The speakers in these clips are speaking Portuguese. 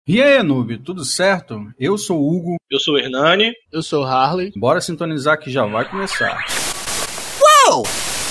E aí, noob, tudo certo? Eu sou o Hugo. Eu sou o Hernani. Eu sou o Harley. Bora sintonizar que já vai começar. Uou!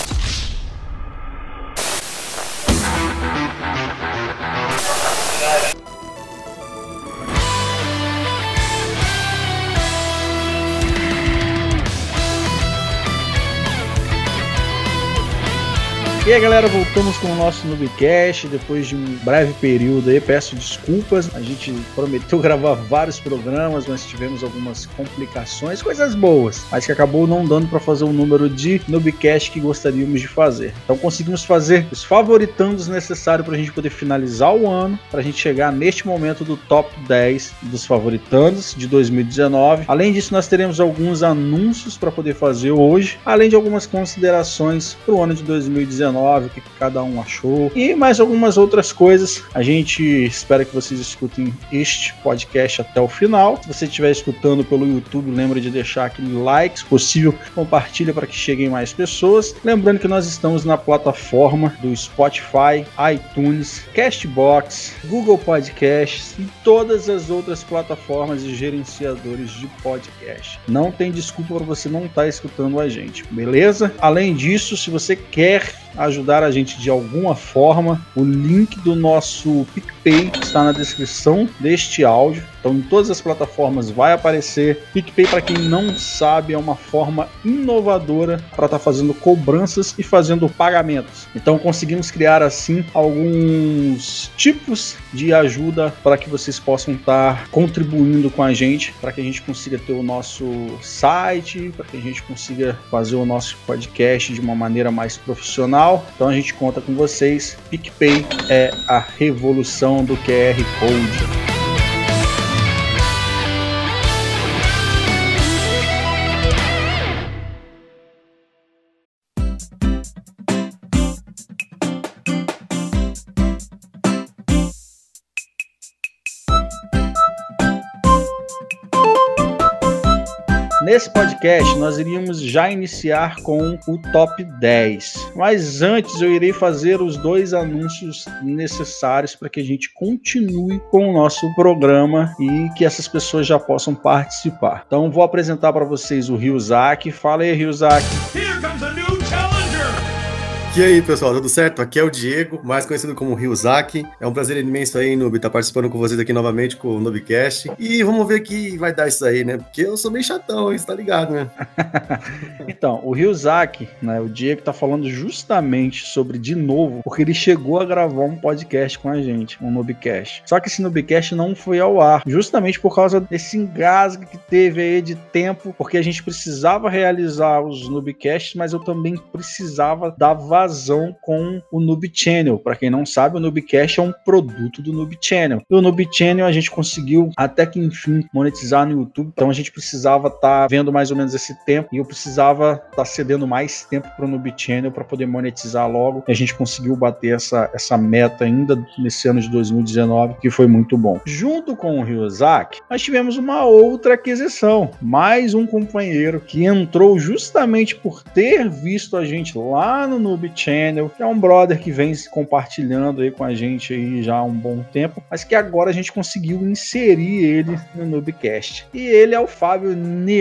E aí, galera, voltamos com o nosso Noobcast depois de um breve período aí. Peço desculpas, a gente prometeu gravar vários programas, mas tivemos algumas complicações, coisas boas, mas que acabou não dando para fazer o número de Noobcast que gostaríamos de fazer. Então conseguimos fazer os favoritandos necessários para a gente poder finalizar o ano, para a gente chegar neste momento do top 10 dos favoritandos de 2019. Além disso, nós teremos alguns anúncios para poder fazer hoje, além de algumas considerações para o ano de 2019, o que cada um achou e mais algumas outras coisas. A gente espera que vocês escutem este podcast até o final. Se você estiver escutando pelo YouTube, lembra de deixar aquele like, se possível, compartilha para que cheguem mais pessoas. Lembrando que nós estamos na plataforma do Spotify, iTunes, Castbox, Google Podcasts e todas as outras plataformas e gerenciadores de podcast. Não tem desculpa para você não estar escutando a gente, beleza? Além disso, se você quer ajudar a gente de alguma forma, o link do nosso PicPay está na descrição deste áudio. Então em todas as plataformas vai aparecer. PicPay, para quem não sabe, é uma forma inovadora para estar fazendo cobranças e fazendo pagamentos. Então conseguimos criar assim alguns tipos de ajuda para que vocês possam estar contribuindo com a gente, para que a gente consiga ter o nosso site, para que a gente consiga fazer o nosso podcast de uma maneira mais profissional. Então a gente conta com vocês. PicPay é a revolução do QR Code. Nesse podcast, nós iríamos já iniciar com o top 10. Mas antes, eu irei fazer os dois anúncios necessários para que a gente continue com o nosso programa e que essas pessoas já possam participar. Então, vou apresentar para vocês o Ryuzaki. Fala aí, Ryuzaki. Here comes a new challenger! E aí, pessoal, tudo certo? Aqui é o Diego, mais conhecido como Ryuzaki. É um prazer imenso aí, Noob, estar participando com vocês aqui novamente com o Noobcast. E vamos ver o que vai dar isso aí, né? Porque eu sou meio chatão, você tá ligado, né? Então, o Ryuzaki, né, o Diego tá falando justamente sobre, de novo, porque ele chegou a gravar um podcast com a gente, um Noobcast. Só que esse Noobcast não foi ao ar, justamente por causa desse engasgue que teve aí de tempo, porque a gente precisava realizar os Noobcasts, mas eu também precisava dar vazão com o Noob Channel. Para quem não sabe, o Noobcast é um produto do Noob Channel. E o Noob Channel a gente conseguiu até que enfim monetizar no YouTube. Então a gente precisava estar vendo mais ou menos esse tempo e eu precisava estar cedendo mais tempo para o Noob Channel para poder monetizar logo. E a gente conseguiu bater essa meta ainda nesse ano de 2019, que foi muito bom. Junto com o Ryuzaki, nós tivemos uma outra aquisição. Mais um companheiro que entrou justamente por ter visto a gente lá no Noob Channel, que é um brother que vem se compartilhando aí com a gente aí já há um bom tempo, mas que agora a gente conseguiu inserir ele no Noobcast. E ele é o Fábio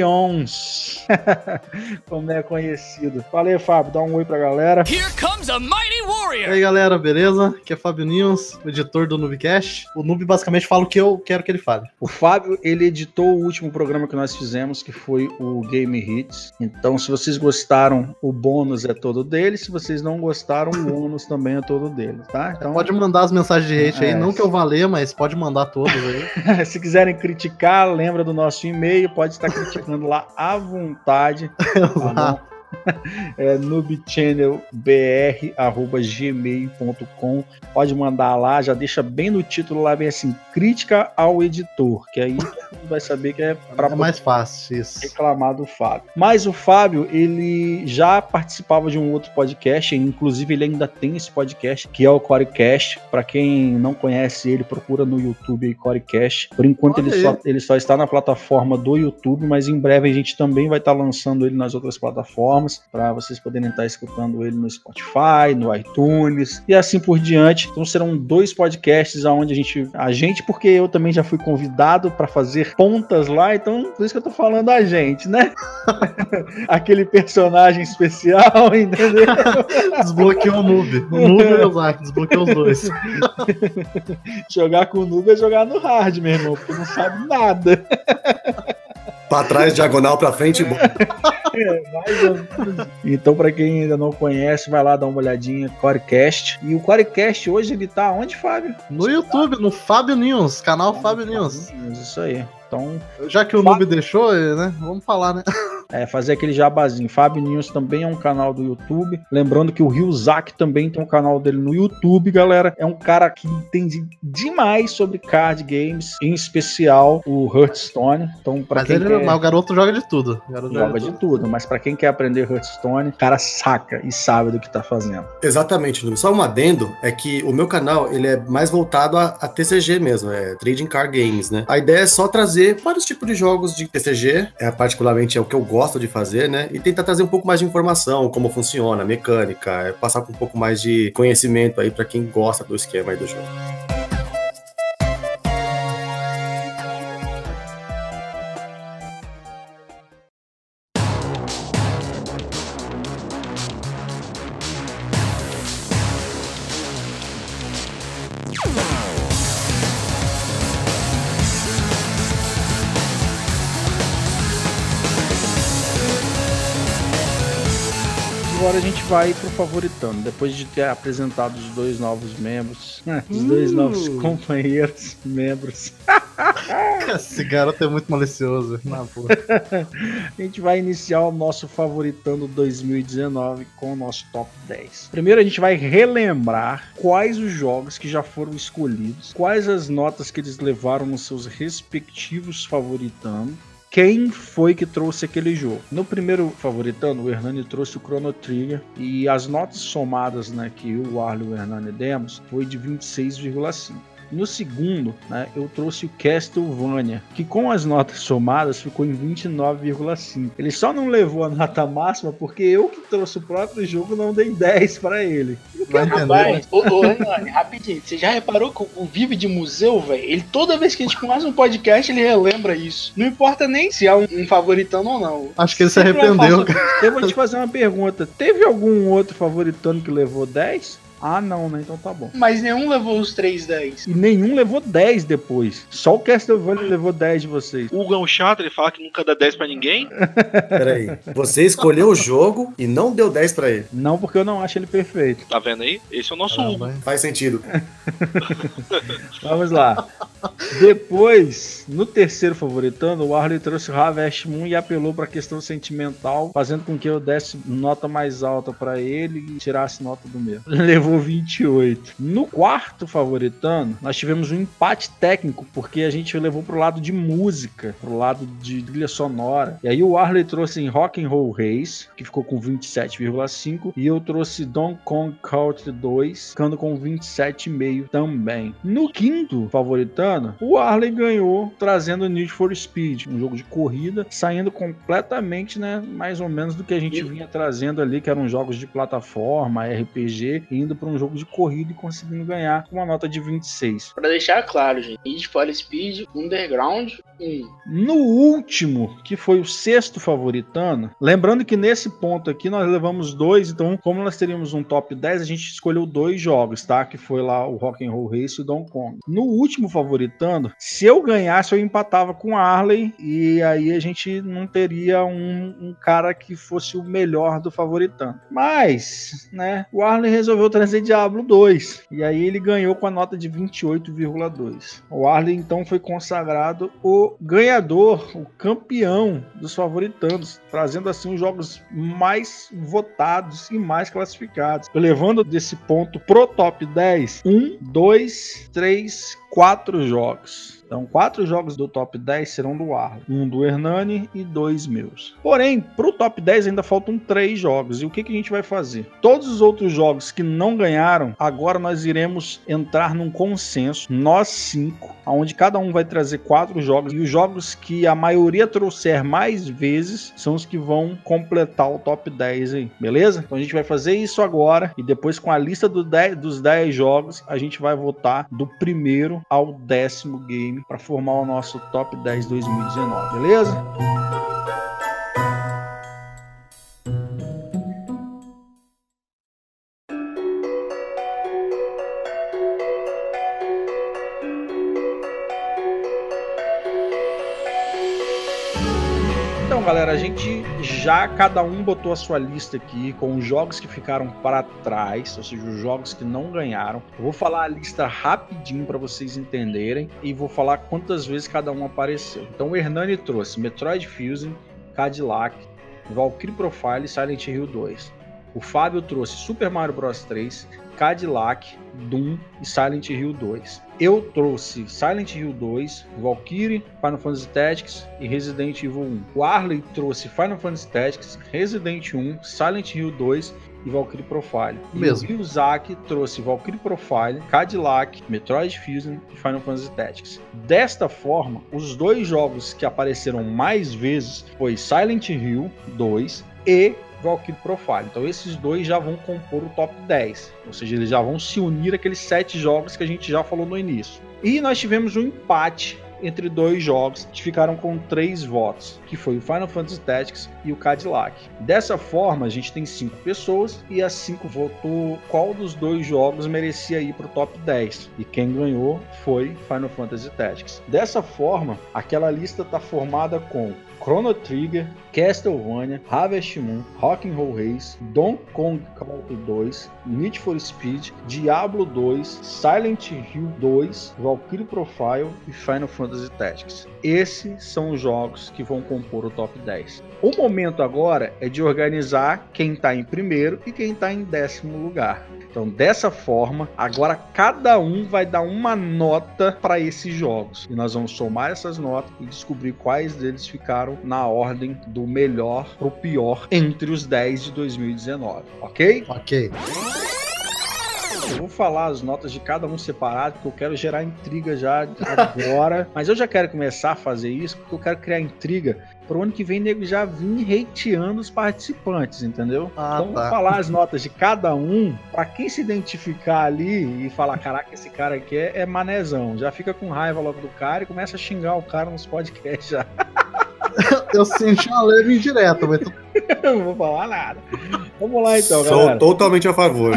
Neons, como é conhecido. Fala aí, Fábio, dá um oi pra galera. Here comes a mighty warrior! E aí, galera, beleza? Aqui é Fábio Neons, o editor do Noobcast. O Noob basicamente fala o que eu quero que ele fale. O Fábio, ele editou o último programa que nós fizemos, que foi o Game Hits. Então, se vocês gostaram, o bônus é todo dele. Se vocês não gostaram, o bônus também é todo dele, tá? Então, pode mandar as mensagens de hate aí, não que eu vá ler, mas pode mandar todas aí. Se quiserem criticar, lembra do nosso e-mail, pode estar criticando lá à vontade. Tá bom? É noobchannelbr@gmail.com. Pode mandar lá, já deixa bem no título lá, bem assim, crítica ao editor, que aí vai saber que é É mais fácil, isso. reclamar do Fábio. Mas o Fábio, ele já participava de um outro podcast, inclusive ele ainda tem esse podcast, que é o Corecast. Pra quem não conhece ele, procura no YouTube aí, Corecast. Por enquanto ele só está na plataforma do YouTube, mas em breve a gente também vai estar lançando ele nas outras plataformas, para vocês poderem estar escutando ele no Spotify, no iTunes e assim por diante. Então serão 2 podcasts onde a gente, porque eu também já fui convidado para fazer pontas lá, então por isso que eu tô falando a gente, né? Aquele personagem especial, entendeu? Desbloqueou o noob. O noob e o Zack, desbloqueou os dois. Jogar com o noob é jogar no hard, meu irmão, porque não sabe nada. Pra trás, diagonal, pra frente. Então, pra quem ainda não conhece, vai lá dar uma olhadinha, Corecast. E o Corecast hoje, ele tá onde, Fábio? No YouTube, no Fábio News, canal Fábio News. Isso aí. Então, já que o noob deixou, né? Vamos falar, né? Fazer aquele jabazinho. Fábio News também é um canal do YouTube. Lembrando que o Ryuzaki também tem um canal dele no YouTube, galera. É um cara que entende demais sobre card games, em especial o Hearthstone. Então, mas o garoto joga de tudo. Joga de tudo, mas pra quem quer aprender Hearthstone, o cara saca e sabe do que tá fazendo. Exatamente, Nuno. Só um adendo é que o meu canal, ele é mais voltado a TCG mesmo, Trading Card Games, né? A ideia é só trazer vários tipos de jogos de TCG, particularmente é o que eu gosto de fazer, né? E tentar trazer um pouco mais de informação, como funciona, mecânica, passar com um pouco mais de conhecimento aí pra quem gosta do esquema aí do jogo. Agora a gente vai pro favoritando, depois de ter apresentado os 2 novos membros, os 2 novos companheiros, membros. Esse garoto é muito malicioso, na boa. A gente vai iniciar o nosso favoritando 2019 com o nosso top 10. Primeiro a gente vai relembrar quais os jogos que já foram escolhidos, quais as notas que eles levaram nos seus respectivos favoritando. Quem foi que trouxe aquele jogo? No primeiro favoritando, o Hernani trouxe o Chrono Trigger e as notas somadas, né, que eu, o Arley e o Hernani demos foi de 26,5. No segundo, né, eu trouxe o Castlevania, que com as notas somadas ficou em 29,5. Ele só não levou a nota máxima porque eu que trouxe o próprio jogo não dei 10 para ele. Rapaz, ô Hernani, rapidinho, você já reparou que o Vive de Museu, velho, ele toda vez que a gente começa um podcast, ele relembra isso. Não importa nem se é um favoritano ou não. Acho que ele se arrependeu. Eu vou te fazer uma pergunta. Teve algum outro favoritano que levou 10? Ah, não, né? Então tá bom. Mas nenhum levou os 3/10. E nenhum levou 10 depois. Só o Castlevania levou 10 de vocês. O Hugo é um chato, ele fala que nunca dá 10 pra ninguém. Peraí, você escolheu o jogo e não deu 10 pra ele. Não, porque eu não acho ele perfeito. Tá vendo aí? Esse é o nosso Hugo. Faz sentido. Vamos lá. Depois, no terceiro favoritando, o Arley trouxe o Harvest Moon e apelou pra questão sentimental, fazendo com que eu desse nota mais alta pra ele e tirasse nota do meu. Levou 28. No quarto favoritando, nós tivemos um empate técnico, porque a gente levou pro lado de música, pro lado de trilha sonora. E aí o Arley trouxe em Rock'n'Roll Race, que ficou com 27,5, e eu trouxe Donkey Kong Country 2, ficando com 27,5 também. No quinto favoritando, o Arley ganhou trazendo Need for Speed, um jogo de corrida, saindo completamente, né, mais ou menos do que a gente vinha trazendo ali, que eram jogos de plataforma, RPG, indo para um jogo de corrida e conseguindo ganhar uma nota de 26. Pra deixar claro, gente, Need for Speed Underground 1. No último, que foi o sexto favoritando, lembrando que nesse ponto aqui nós levamos 2, então como nós teríamos um top 10, a gente escolheu 2 jogos, tá? Que foi lá o Rock'n'Roll Race e o Donkey Kong. No último favoritando, se eu ganhasse, eu empatava com a Arley e aí a gente não teria um cara que fosse o melhor do favoritando. Mas, né, o Arley resolveu trazer Diablo 2 e aí ele ganhou com a nota de 28,2. O Arley então foi consagrado o ganhador, o campeão dos favoritandos, trazendo assim os jogos mais votados e mais classificados, levando desse ponto pro top 10 1, 2, 3, 4 jogos. Então, 4 jogos do top 10 serão do Arlo, 1 do Hernani e 2 meus. Porém, pro top 10 ainda faltam 3 jogos. E o que a gente vai fazer? Todos os outros jogos que não ganharam, agora nós iremos entrar num consenso, nós 5, onde cada um vai trazer 4 jogos. E os jogos que a maioria trouxer mais vezes são os que vão completar o top 10 aí, beleza? Então a gente vai fazer isso agora e depois com a lista dos 10 jogos, a gente vai votar do primeiro ao 10º game para formar o nosso top 10 2019, beleza? Então, galera, a gente já cada um botou a sua lista aqui com os jogos que ficaram para trás, ou seja, os jogos que não ganharam. Eu vou falar a lista rapidinho para vocês entenderem e vou falar quantas vezes cada um apareceu. Então, o Hernani trouxe Metroid Fusion, Cadillac, Valkyrie Profile e Silent Hill 2. O Fábio trouxe Super Mario Bros 3, Cadillac, Doom e Silent Hill 2. Eu trouxe Silent Hill 2, Valkyrie, Final Fantasy Tactics e Resident Evil 1. O Arley trouxe Final Fantasy Tactics, Resident 1, Silent Hill 2 e Valkyrie Profile. Mesmo. E o Ryuzaki trouxe Valkyrie Profile, Cadillac, Metroid Fusion e Final Fantasy Tactics. Desta forma, os 2 jogos que apareceram mais vezes foi Silent Hill 2 e Valkyrie Profile. Então esses 2 já vão compor o top 10, ou seja, eles já vão se unir àqueles 7 jogos que a gente já falou no início. E nós tivemos um empate entre 2 jogos que ficaram com 3 votos, que foi o Final Fantasy Tactics e o Cadillac. Dessa forma, a gente tem 5 pessoas e as 5 votou qual dos 2 jogos merecia ir para o top 10. E quem ganhou foi Final Fantasy Tactics. Dessa forma, aquela lista está formada com Chrono Trigger, Castlevania, Harvest Moon, Rock'n'Roll Race, Donkey Kong Country 2, Need for Speed, Diablo 2, Silent Hill 2, Valkyrie Profile e Final Fantasy Tactics. Esses são os jogos que vão compor o top 10. O momento agora é de organizar quem está em primeiro e quem está em 10º lugar. Então, dessa forma, agora cada um vai dar uma nota para esses jogos. E nós vamos somar essas notas e descobrir quais deles ficaram na ordem do melhor para o pior entre os 10 de 2019, ok? Ok. Eu vou falar as notas de cada um separado, porque eu quero gerar intriga já agora. Mas eu já quero começar a fazer isso, porque eu quero criar intriga para o ano que vem, nego já vir hateando os participantes, entendeu? Então vou falar as notas de cada um, para quem se identificar ali e falar, caraca, esse cara aqui é manezão. Já fica com raiva logo do cara e começa a xingar o cara nos podcasts já. Eu senti uma leve indireta, mas Eu não vou falar nada. Vamos lá então, Sou galera. totalmente a favor.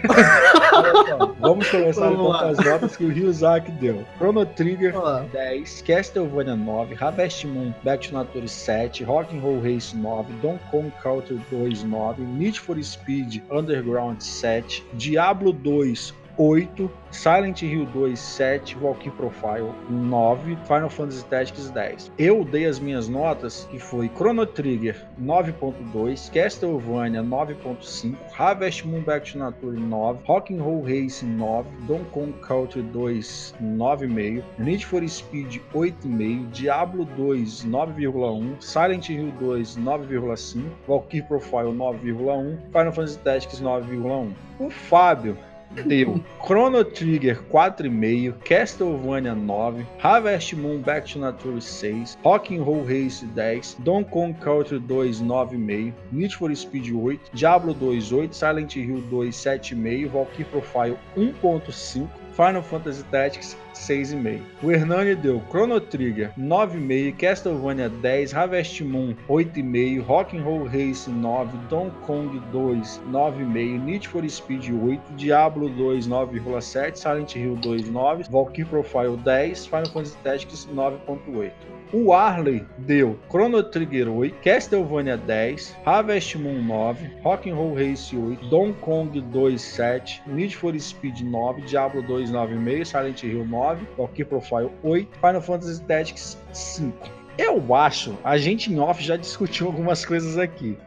Vamos começar Vamos então lá. com as notas que o Ryuzaki deu. Chrono Trigger Vamos lá. 10, Castlevania 9, Harvest Moon, Back to Nature 7, Rock'n'Roll Race 9, Donkey Kong Country 2 9, Need for Speed Underground 7, Diablo 2 8, Silent Hill 2 7, Valkyrie Profile 9, Final Fantasy Tactics 10. Eu dei as minhas notas, que foi Chrono Trigger 9.2, Castlevania 9.5, Harvest Moon Back to Nature 9, Rock'n'Roll Race 9, Donkey Kong Country 2 9,5, Need for Speed 8,5, Diablo 2 9,1, Silent Hill 2 9,5, Valkyrie Profile 9,1, Final Fantasy Tactics 9,1. O Fábio deu Chrono Trigger 4,5, Castlevania 9, Harvest Moon Back to Nature 6, Rock'n'Roll Race 10, Donkey Kong Country 2 9,5, Need for Speed 8, Diablo 2 8, Silent Hill 2 7,5, Valkyrie Profile 1.5, Final Fantasy Tactics 6,5. O Hernani deu Chrono Trigger 9,5, Castlevania 10, Harvest Moon 8,5, Rock'n'Roll Race 9, Donkey Kong 2 9,5, Need for Speed 8, Diablo 2 9,7, Silent Hill 2 9, Valkyrie Profile 10, Final Fantasy Tactics 9,8. O Arley deu Chrono Trigger 8, Castlevania 10, Harvest Moon 9, Rock'n'Roll Race 8, Donkey Kong 2 7, Need for Speed 9, Diablo 2 9,5, Silent Hill 9, Valkyrie Profile 8, Final Fantasy Tactics 5. Eu acho, a gente em off já discutiu algumas coisas aqui. Eu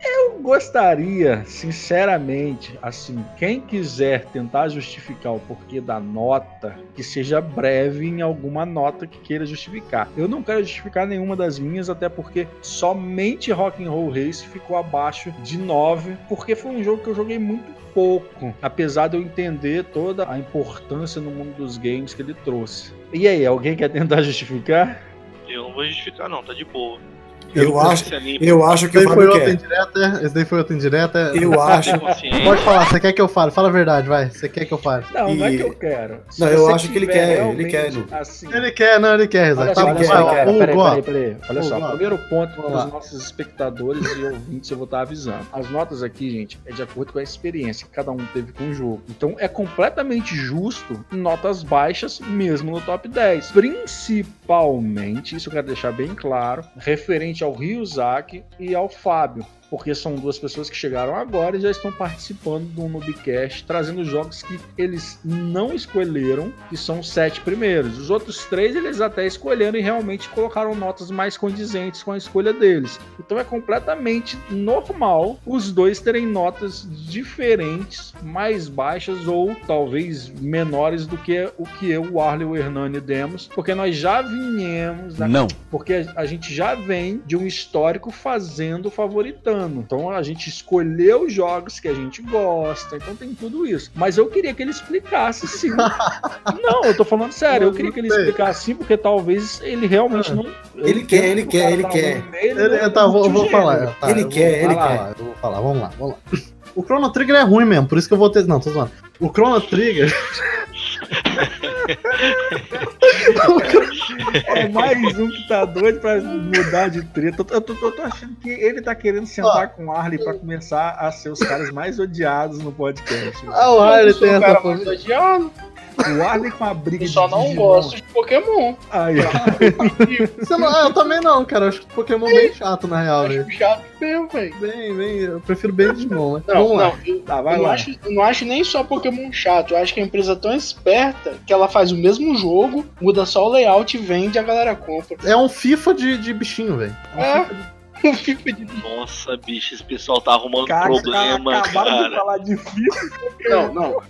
gostaria, sinceramente, assim, quem quiser tentar justificar o porquê da nota, que seja breve em alguma nota que queira justificar. Eu não quero justificar nenhuma das minhas, até porque somente Rock'n'Roll Race ficou abaixo de 9, porque foi um jogo que eu joguei muito pouco, apesar de eu entender toda a importância no mundo dos games que ele trouxe. E aí, alguém quer tentar justificar? Eu não vou justificar não, tá de boa. Eu acho que Esse o daí foi Fábio outra quer. indireta. Esse daí foi outra indireta. Eu acho. Pode falar, você quer que eu fale? Fala a verdade, vai. Você quer que eu fale? Não, não é E- que eu quero. Se Não, eu você acho que ele tiver quer, realmente, ele quer, Edu. assim, Ele quer, Olha Isaac. só, Tá olha bom, só, vai, cara, Hugo, peraí. Olha só, Hugo, primeiro ponto para vamos os lá. nossos espectadores e ouvintes, eu vou estar avisando. As notas aqui, gente, é de acordo com a experiência que cada um teve com o jogo. Então é completamente justo notas baixas, mesmo no top 10. Principalmente, isso eu quero deixar bem claro, referente ao Ryuzaki e ao Fábio. Porque são duas pessoas que chegaram agora e já estão participando do Nubcast, trazendo jogos que eles não escolheram, que são os 7 primeiros. Os outros 3 eles até escolheram e realmente colocaram notas mais condizentes com a escolha deles. Então é completamente normal os dois terem notas diferentes, mais baixas ou talvez menores do que o que eu, o Arley e o Hernani demos, porque nós já vinhamos... Porque a gente já vem de um histórico fazendo favoritando. Então a gente escolheu os jogos que a gente gosta, então tem tudo isso. Mas eu queria que ele explicasse sim. Não, eu tô falando sério, eu queria que ele explicasse sim, porque talvez ele realmente não... Ele quer. Eu vou falar. Tá, Ele eu quer, vou ele falar, eu vou falar, vamos lá. O Chrono Trigger é ruim mesmo, por isso que eu vou ter... Não, tô zoando. O Chrono Trigger... É mais um que tá doido pra mudar de treta. Eu tô achando que ele tá querendo sentar com o Arley pra começar a ser os caras mais odiados no podcast. Ah, o Harley tem essa cara força. mais odiado. O Arley com a briga Eu só de não Digimon. gosto de Pokémon. Aí, Eu também não, cara. Eu acho que o Pokémon é bem chato, na real, velho. Acho chato mesmo, velho. Bem, eu prefiro bem Digimon, né? Não, Vamos lá. eu, tá, vai eu, não lá. acho, eu não acho nem só Pokémon chato. Eu acho que a empresa é tão esperta que ela faz o mesmo jogo, muda só o layout e vende e a galera compra. É um FIFA de bichinho, velho. É, um FIFA de... Nossa, bicho, esse pessoal tá arrumando Cara, problema, acabaram de cara. falar de FIFA. Não.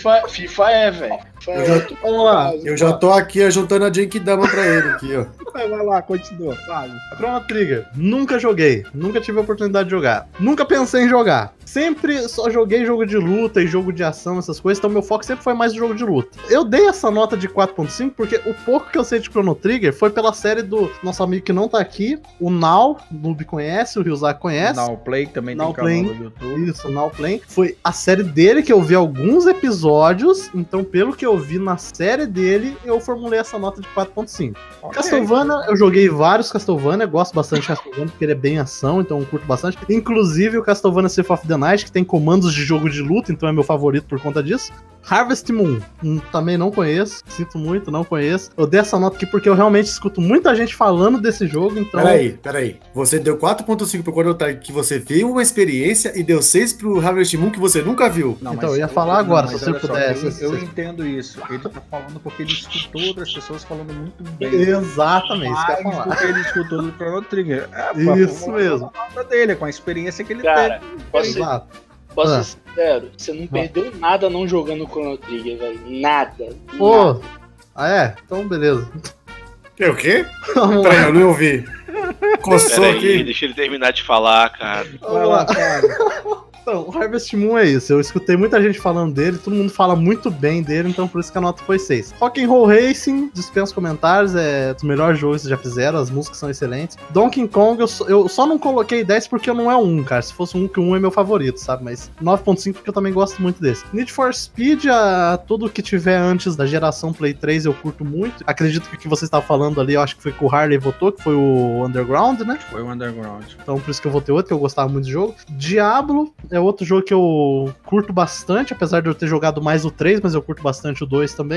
FIFA é, velho. Vamos lá. Eu já tô aqui juntando a Genkidama pra ele aqui, ó. Vai lá, continua, Fábio. Chrono Trigger. Nunca joguei. Nunca tive a oportunidade de jogar. Nunca pensei em jogar. Sempre só joguei jogo de luta e jogo de ação, essas coisas. Então meu foco sempre foi mais no jogo de luta. Eu dei essa nota de 4.5 porque o pouco que eu sei de Chrono Trigger foi pela série do nosso amigo que não tá aqui, o Nau. O Noob conhece, o Ryuzaki conhece. Now Play também Now tem Play. canal no YouTube. Isso, Now Play. Foi a série dele que eu vi alguns episódios. Então, pelo que eu vi na série dele, eu formulei essa nota de 4.5. Ok. Castlevania, eu joguei vários Castlevania, gosto bastante de Castlevania porque ele é bem ação, então eu curto bastante. Inclusive o Castlevania Symphony of the Night, que tem comandos de jogo de luta, então é meu favorito por conta disso. Harvest Moon, também não conheço, sinto muito, não conheço. Eu dei essa nota aqui porque eu realmente escuto muita gente falando desse jogo, então... Peraí. Você deu 4.5 pro Chrono Trigger que você viu uma experiência e deu 6 pro Harvest Moon que você nunca viu. Não, Então, mas eu ia falar agora, mas se você olha só, pudesse. Eu entendo isso. Ele tá falando porque ele escutou outras pessoas falando muito bem. Exatamente, isso que eu ia Mais falar. do que ele escutou do Chrono Trigger. Isso mesmo. A nota dele, com a experiência que ele Cara, teve. posso ser Exato. Posso ser sincero, você não perdeu nada não jogando Chrono Trigger, velho. Nada. Pô, Então beleza. É o quê? Vamos Peraí, lá. eu não ouvi. Coçou Pera aí, aqui. deixa ele terminar de falar, cara. Vai lá, cara. Então, o Harvest Moon é isso. Eu escutei muita gente falando dele, todo mundo fala muito bem dele, então por isso que a nota foi 6. Rock'n'Roll Racing, dispensa comentários, é dos melhores jogos que vocês já fizeram, as músicas são excelentes. Donkey Kong, eu só não coloquei 10 porque não é um 1, cara. Se fosse um, que o 1 é meu favorito, sabe? Mas 9.5 porque eu também gosto muito desse. Need for Speed, tudo que tiver antes da geração Play 3 eu curto muito. Acredito que o que você estava falando ali, eu acho que foi que o Harley votou, que foi o Underground, né? Foi o Underground. Então por isso que eu votei outro, que eu gostava muito do jogo. Diablo é outro jogo que eu curto bastante, apesar de eu ter jogado mais o 3, mas eu curto bastante o 2 também.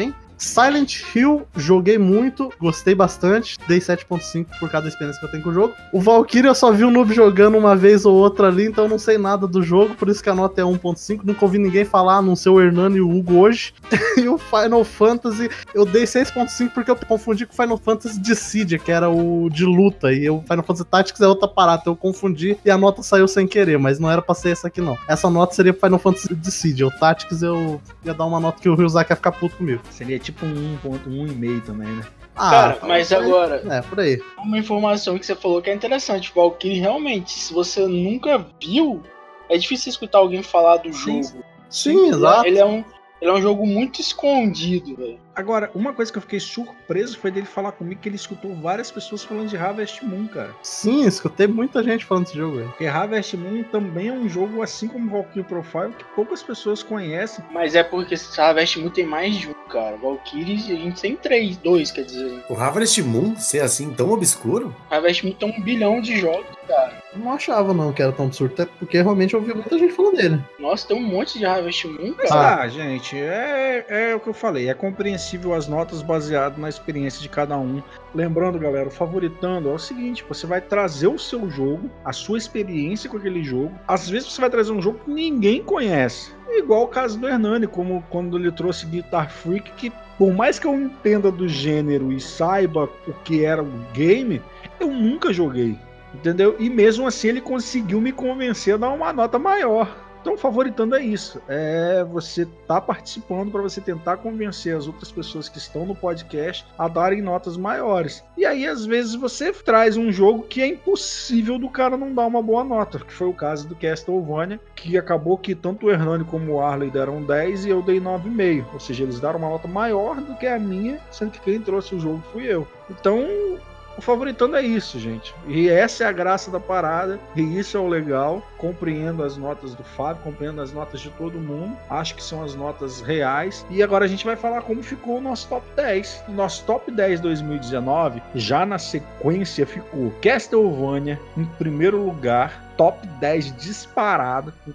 Silent Hill, joguei muito, gostei bastante, dei 7.5 por cada experiência que eu tenho com o jogo. O Valkyrie eu só vi o Noob jogando uma vez ou outra ali, então eu não sei nada do jogo, por isso que a nota é 1.5. Nunca ouvi ninguém falar, a não ser o Hernani e o Hugo hoje. E o Final Fantasy, eu dei 6.5 porque eu confundi com o Final Fantasy Dissidia, que era o de luta, e o Final Fantasy Tactics é outra parada, então eu confundi e a nota saiu sem querer, mas não era pra ser essa aqui não. Essa nota seria Final Fantasy Dissidia, o Tactics eu ia dar uma nota que o Ryuzaki ia ficar puto comigo. Seria tipo um 1.5 também, né? Cara, mas agora, É, por aí. uma informação que você falou que é interessante, Valkyrie, realmente, se você nunca viu, é difícil escutar alguém falar do jogo. Sim, exato. Ele é um jogo muito escondido, velho. Agora, uma coisa que eu fiquei surpreso foi dele falar comigo que ele escutou várias pessoas falando de Harvest Moon, cara. Sim, escutei muita gente falando desse jogo, velho. Porque Harvest Moon também é um jogo, assim como Valkyrie Profile, que poucas pessoas conhecem. Mas é porque Harvest Moon tem mais de um, cara. Valkyrie, a gente tem dois, quer dizer. O Harvest Moon ser assim tão obscuro? Harvest Moon tem 1 bilhão de jogos, cara. Eu não achava não que era tão absurdo, até porque realmente eu ouvi muita gente falando dele. Nossa, tem um monte de Harvest Moon, Mas, cara. gente, é o que eu falei. É compreensível as notas baseado na experiência de cada um. Lembrando, galera, o favoritando é o seguinte: você vai trazer o seu jogo, a sua experiência com aquele jogo. Às vezes você vai trazer um jogo que ninguém conhece. Igual o caso do Hernani, como quando ele trouxe Guitar Freak, que por mais que eu entenda do gênero e saiba o que era o game, eu nunca joguei. Entendeu? E mesmo assim ele conseguiu me convencer a dar uma nota maior. Então, favoritando é isso. É você tá participando para você tentar convencer as outras pessoas que estão no podcast a darem notas maiores. E aí, às vezes, você traz um jogo que é impossível do cara não dar uma boa nota, que foi o caso do Castlevania, que acabou que tanto o Hernani como o Arley deram 10 e eu dei 9,5. Ou seja, eles deram uma nota maior do que a minha, sendo que quem trouxe o jogo fui eu. Então, o favoritando é isso, gente. E essa é a graça da parada. E isso é o legal. Compreendo as notas do Fábio, compreendo as notas de todo mundo. Acho que são as notas reais. E agora a gente vai falar como ficou o nosso top 10. O nosso top 10 2019, já na sequência, ficou Castlevania em primeiro lugar. Top 10 disparado, com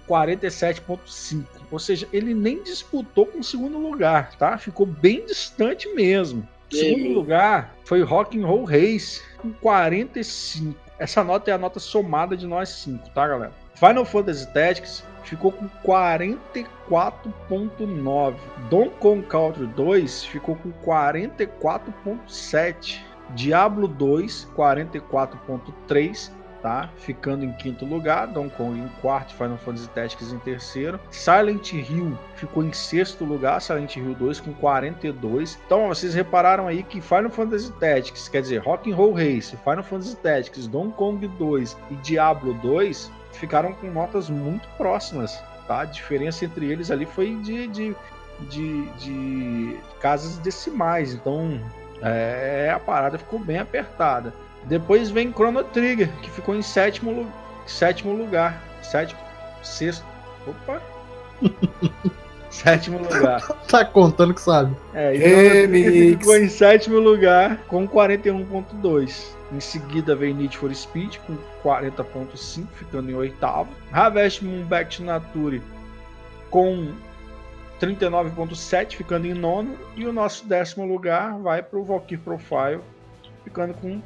47,5. Ou seja, ele nem disputou com o segundo lugar, tá? Ficou bem distante mesmo. Segundo lugar foi Rock'n'Roll Race com 45. Essa nota é a nota somada de nós 5, tá, galera? Final Fantasy Tactics ficou com 44.9. Donkey Kong Country 2 ficou com 44.7. Diablo 2, 44.3. Tá? Ficando em quinto lugar, Donkey Kong em quarto, Final Fantasy Tactics em terceiro. Silent Hill ficou em sexto lugar, Silent Hill 2 com 42. Então vocês repararam aí que Final Fantasy Tactics, quer dizer, Rock'n'Roll Race, Final Fantasy Tactics, Donkey Kong 2 e Diablo 2 ficaram com notas muito próximas, tá? A diferença entre eles ali foi de casas decimais, então a parada ficou bem apertada. Depois vem Chrono Trigger, que ficou em sétimo lugar. Sexto lugar. Tá contando que sabe. E Chrono Trigger ficou em sétimo lugar com 41.2. Em seguida vem Need for Speed com 40.5, ficando em oitavo. Harvest Moon Back to Nature com 39.7, ficando em nono. E o nosso décimo lugar vai para o Valkyrie Profile, ficando com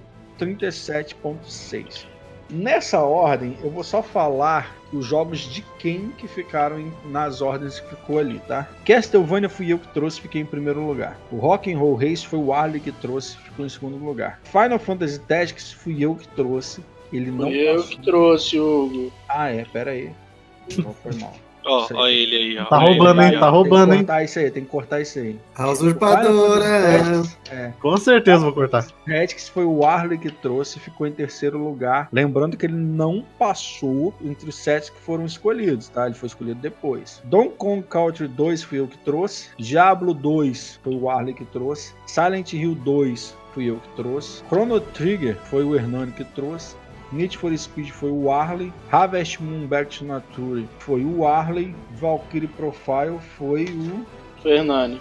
37.6. Nessa ordem, eu vou só falar os jogos de quem que ficaram nas ordens que ficou ali, tá? Castlevania fui eu que trouxe, fiquei em primeiro lugar. O Rock'n'Roll Race foi o Arley que trouxe, ficou em segundo lugar. Final Fantasy Tactics fui eu que trouxe, ele não passou. Eu que trouxe, Hugo. Pera aí. Não foi mal. Ó ele aí, ó. Tá roubando, hein? Tá roubando, hein? Tem que cortar isso aí. A usurpadora. Com certeza vou cortar. Tactics foi o Arley que trouxe, ficou em terceiro lugar. Lembrando que ele não passou entre os 7 que foram escolhidos, tá? Ele foi escolhido depois. Donkey Kong Country 2 fui eu que trouxe. Diablo 2 foi o Arley que trouxe. Silent Hill 2 fui eu que trouxe. Chrono Trigger foi o Hernani que trouxe. Need for Speed foi o Arley. Harvest Moon Back to Nature foi o Arley. Valkyrie Profile foi o Hernani.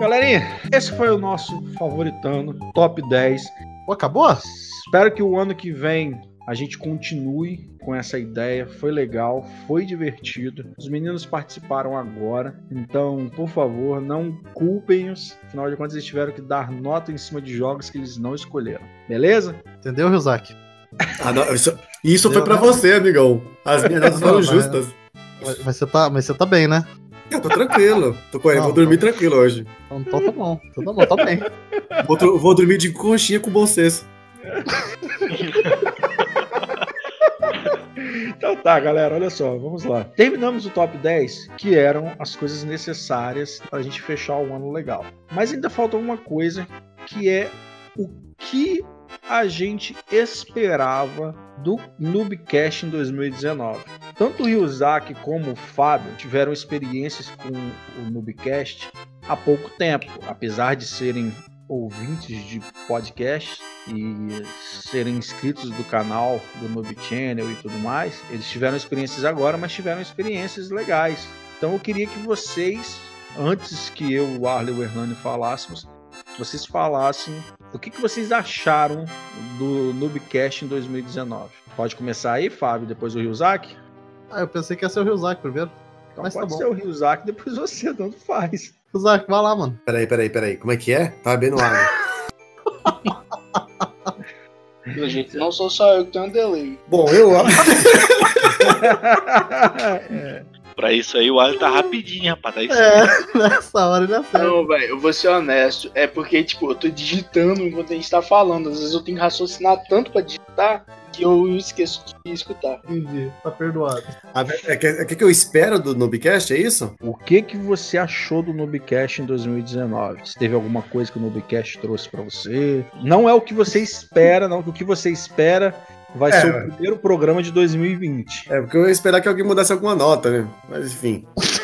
Galerinha, esse foi o nosso favoritando, top 10. Pô, acabou? Espero que o ano que vem a gente continue com essa ideia. Foi legal, foi divertido. Os meninos participaram agora, então, por favor, não culpem-os. Afinal de contas, eles tiveram que dar nota em cima de jogos que eles não escolheram. Beleza? Entendeu, Ryuzaki? Ah, não, isso foi pra você, amigão. As minhas notas foram justas. Mas você tá bem, né? Eu tô tranquilo. Vou dormir tranquilo hoje. Então tá bom. Então tá bom, tá bem. Vou dormir de conchinha com bom senso. Então tá, galera, olha só, vamos lá. Terminamos o top 10, que eram as coisas necessárias pra gente fechar o ano legal. Mas ainda falta uma coisa, que é o que a gente esperava do Noobcast em 2019. Tanto o Ryuzaki como o Fábio tiveram experiências com o Noobcast há pouco tempo, apesar de serem ouvintes de podcast e serem inscritos do canal do Noob Channel e tudo mais. Eles tiveram experiências agora, mas tiveram experiências legais. Então eu queria que vocês, antes que eu, o Arley e o Hernani falássemos, vocês falassem o que vocês acharam do Noobcast em 2019. Pode começar aí, Fábio, depois o Ryuzaki? Ah, eu pensei que ia ser o Ryuzaki primeiro. Então Mas pode tá bom. ser o Ryuzaki, depois você, tanto faz. Ryuzaki, vai lá, mano. Peraí. Como é que é? Tá bebendo água. Pelo jeito, não sou só eu que tenho um delay. Bom, eu Pra isso aí o Alien tá rapidinho, rapaz. Tá isso. Nessa hora ele acerta. Não, velho, eu vou ser honesto. É porque, tipo, eu tô digitando enquanto a gente tá falando. Às vezes eu tenho que raciocinar tanto pra digitar que eu esqueço de escutar. Entendi, tá perdoado. É que eu espero do Noobcast, é isso? O que você achou do Noobcast em 2019? Se teve alguma coisa que o Noobcast trouxe pra você? Não é o que você espera, não. O que você espera vai ser o primeiro programa de 2020. É, porque eu ia esperar que alguém mudasse alguma nota, né? Mas enfim.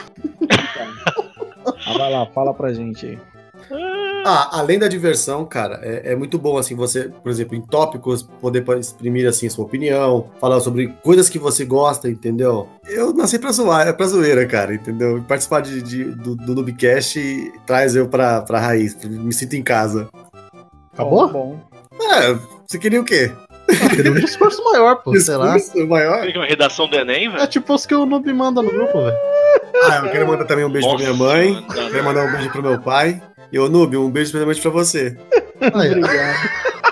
Vai lá, fala pra gente aí. Além da diversão, cara, é muito bom, assim, você, por exemplo, em tópicos, poder exprimir, assim, sua opinião, falar sobre coisas que você gosta, entendeu? Eu nasci pra zoar, é pra zoeira, cara, entendeu? Participar do Noobcast traz eu pra raiz, me sinto em casa. Acabou? Bom. Você queria o quê? Queria um discurso maior, pô, sei lá. Discurso maior? Tem uma redação do Enem, É velho? tipo os que o Noob manda no grupo, velho. Eu quero mandar também um beijo pra minha mãe, mano, quero mandar um beijo pro meu pai, e ô Noob, um beijo especialmente pra você. Aí, Obrigado.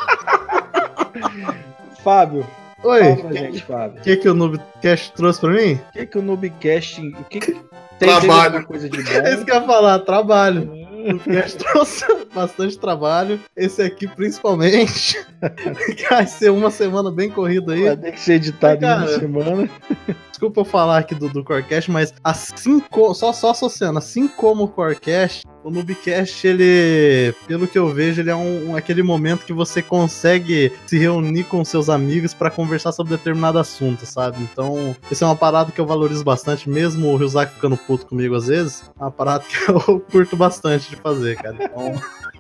Fábio, oi, fala pra gente, Fábio. o que o Noobcast trouxe pra mim? O que o Noobcast... O que tem Trabalho. alguma coisa de É isso bom? que eu ia falar, trabalho. O Noobcast trouxe bastante trabalho. Esse aqui, principalmente, que vai ser uma semana bem corrida aí. Vai ter que ser editado em uma Cara, semana. Desculpa eu falar aqui do Corecast, mas assim como, só associando, assim como o Corecast, o Noobcast, ele, pelo que eu vejo, ele é aquele momento que você consegue se reunir com seus amigos pra conversar sobre determinado assunto, sabe? Então, isso é uma parada que eu valorizo bastante, mesmo o Ryuzaki ficando puto comigo às vezes, é uma parada que eu curto bastante de fazer, cara. Então...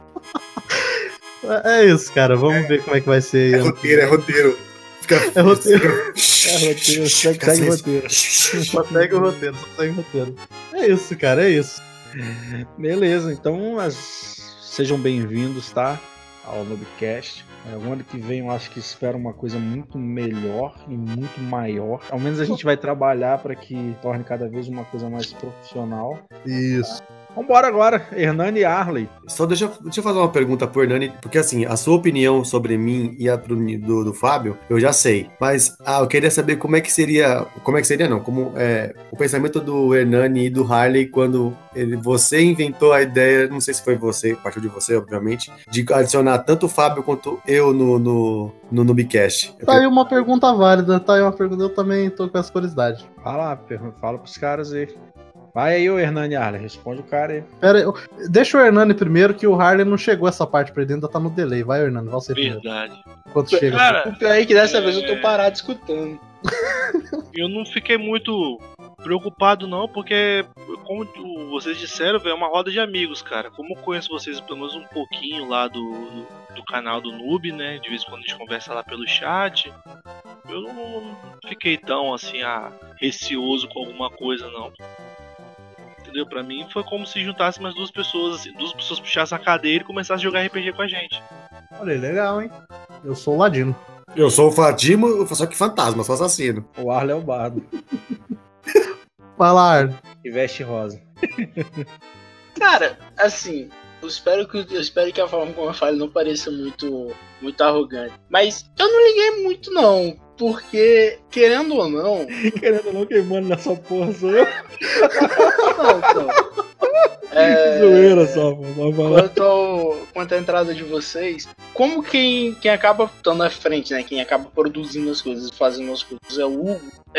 é isso, cara. Vamos ver como é que vai ser. É roteiro. É roteiro. É roteiro, segue roteiro. Só segue o roteiro, só segue o roteiro. É isso, cara, é isso. Beleza, então sejam bem-vindos, tá? Ao Noobcast. O ano que vem eu acho que espero uma coisa muito melhor e muito maior. Ao menos a gente vai trabalhar para que torne cada vez uma coisa mais profissional. Isso. Vambora agora, Hernani e Arley. Só deixa eu fazer uma pergunta pro Hernani, porque assim, a sua opinião sobre mim e a do Fábio, eu já sei. Mas eu queria saber como é que seria não, como o pensamento do Hernani e do Harley quando você inventou a ideia, não sei se foi você, partiu de você, obviamente, de adicionar tanto o Fábio quanto eu no Noobcast. Tá aí uma pergunta válida, tá aí uma pergunta, eu também tô com essa curiosidade. Vai lá, fala pros caras aí. Vai aí, ô Hernani Arley, responde o cara aí. Pera aí, deixa o Hernani primeiro, que o Harley não chegou essa parte pra ele, ainda tá no delay. Vai, Hernani, vai você primeiro. Verdade. Quando chega. Cara, O pior é que dessa vez eu tô parado escutando. eu não fiquei muito preocupado não, porque como vocês disseram, é uma roda de amigos, cara. Como eu conheço vocês pelo menos um pouquinho lá do canal do Noob, né? De vez em quando a gente conversa lá pelo chat. Eu não fiquei tão assim, receoso com alguma coisa não. entendeu? Pra mim foi como se juntasse mais duas pessoas, assim, duas pessoas puxassem a cadeira e começassem a jogar RPG com a gente. Olha aí, legal, hein? Eu sou o Ladino. Eu sou o Fadimo, só que fantasma, sou assassino. O Arley é o bardo. Vai lá, Arley. E veste rosa. Cara, assim, eu espero que a forma como eu falo não pareça muito arrogante. Mas eu não liguei muito, não. Porque, querendo ou não... Querendo ou não, quem manda nessa porra sou eu. Não. Zoeira só, pô. Quanto à entrada de vocês, como quem acaba estando à frente, né? Quem acaba produzindo as coisas, fazendo as coisas é o Hugo.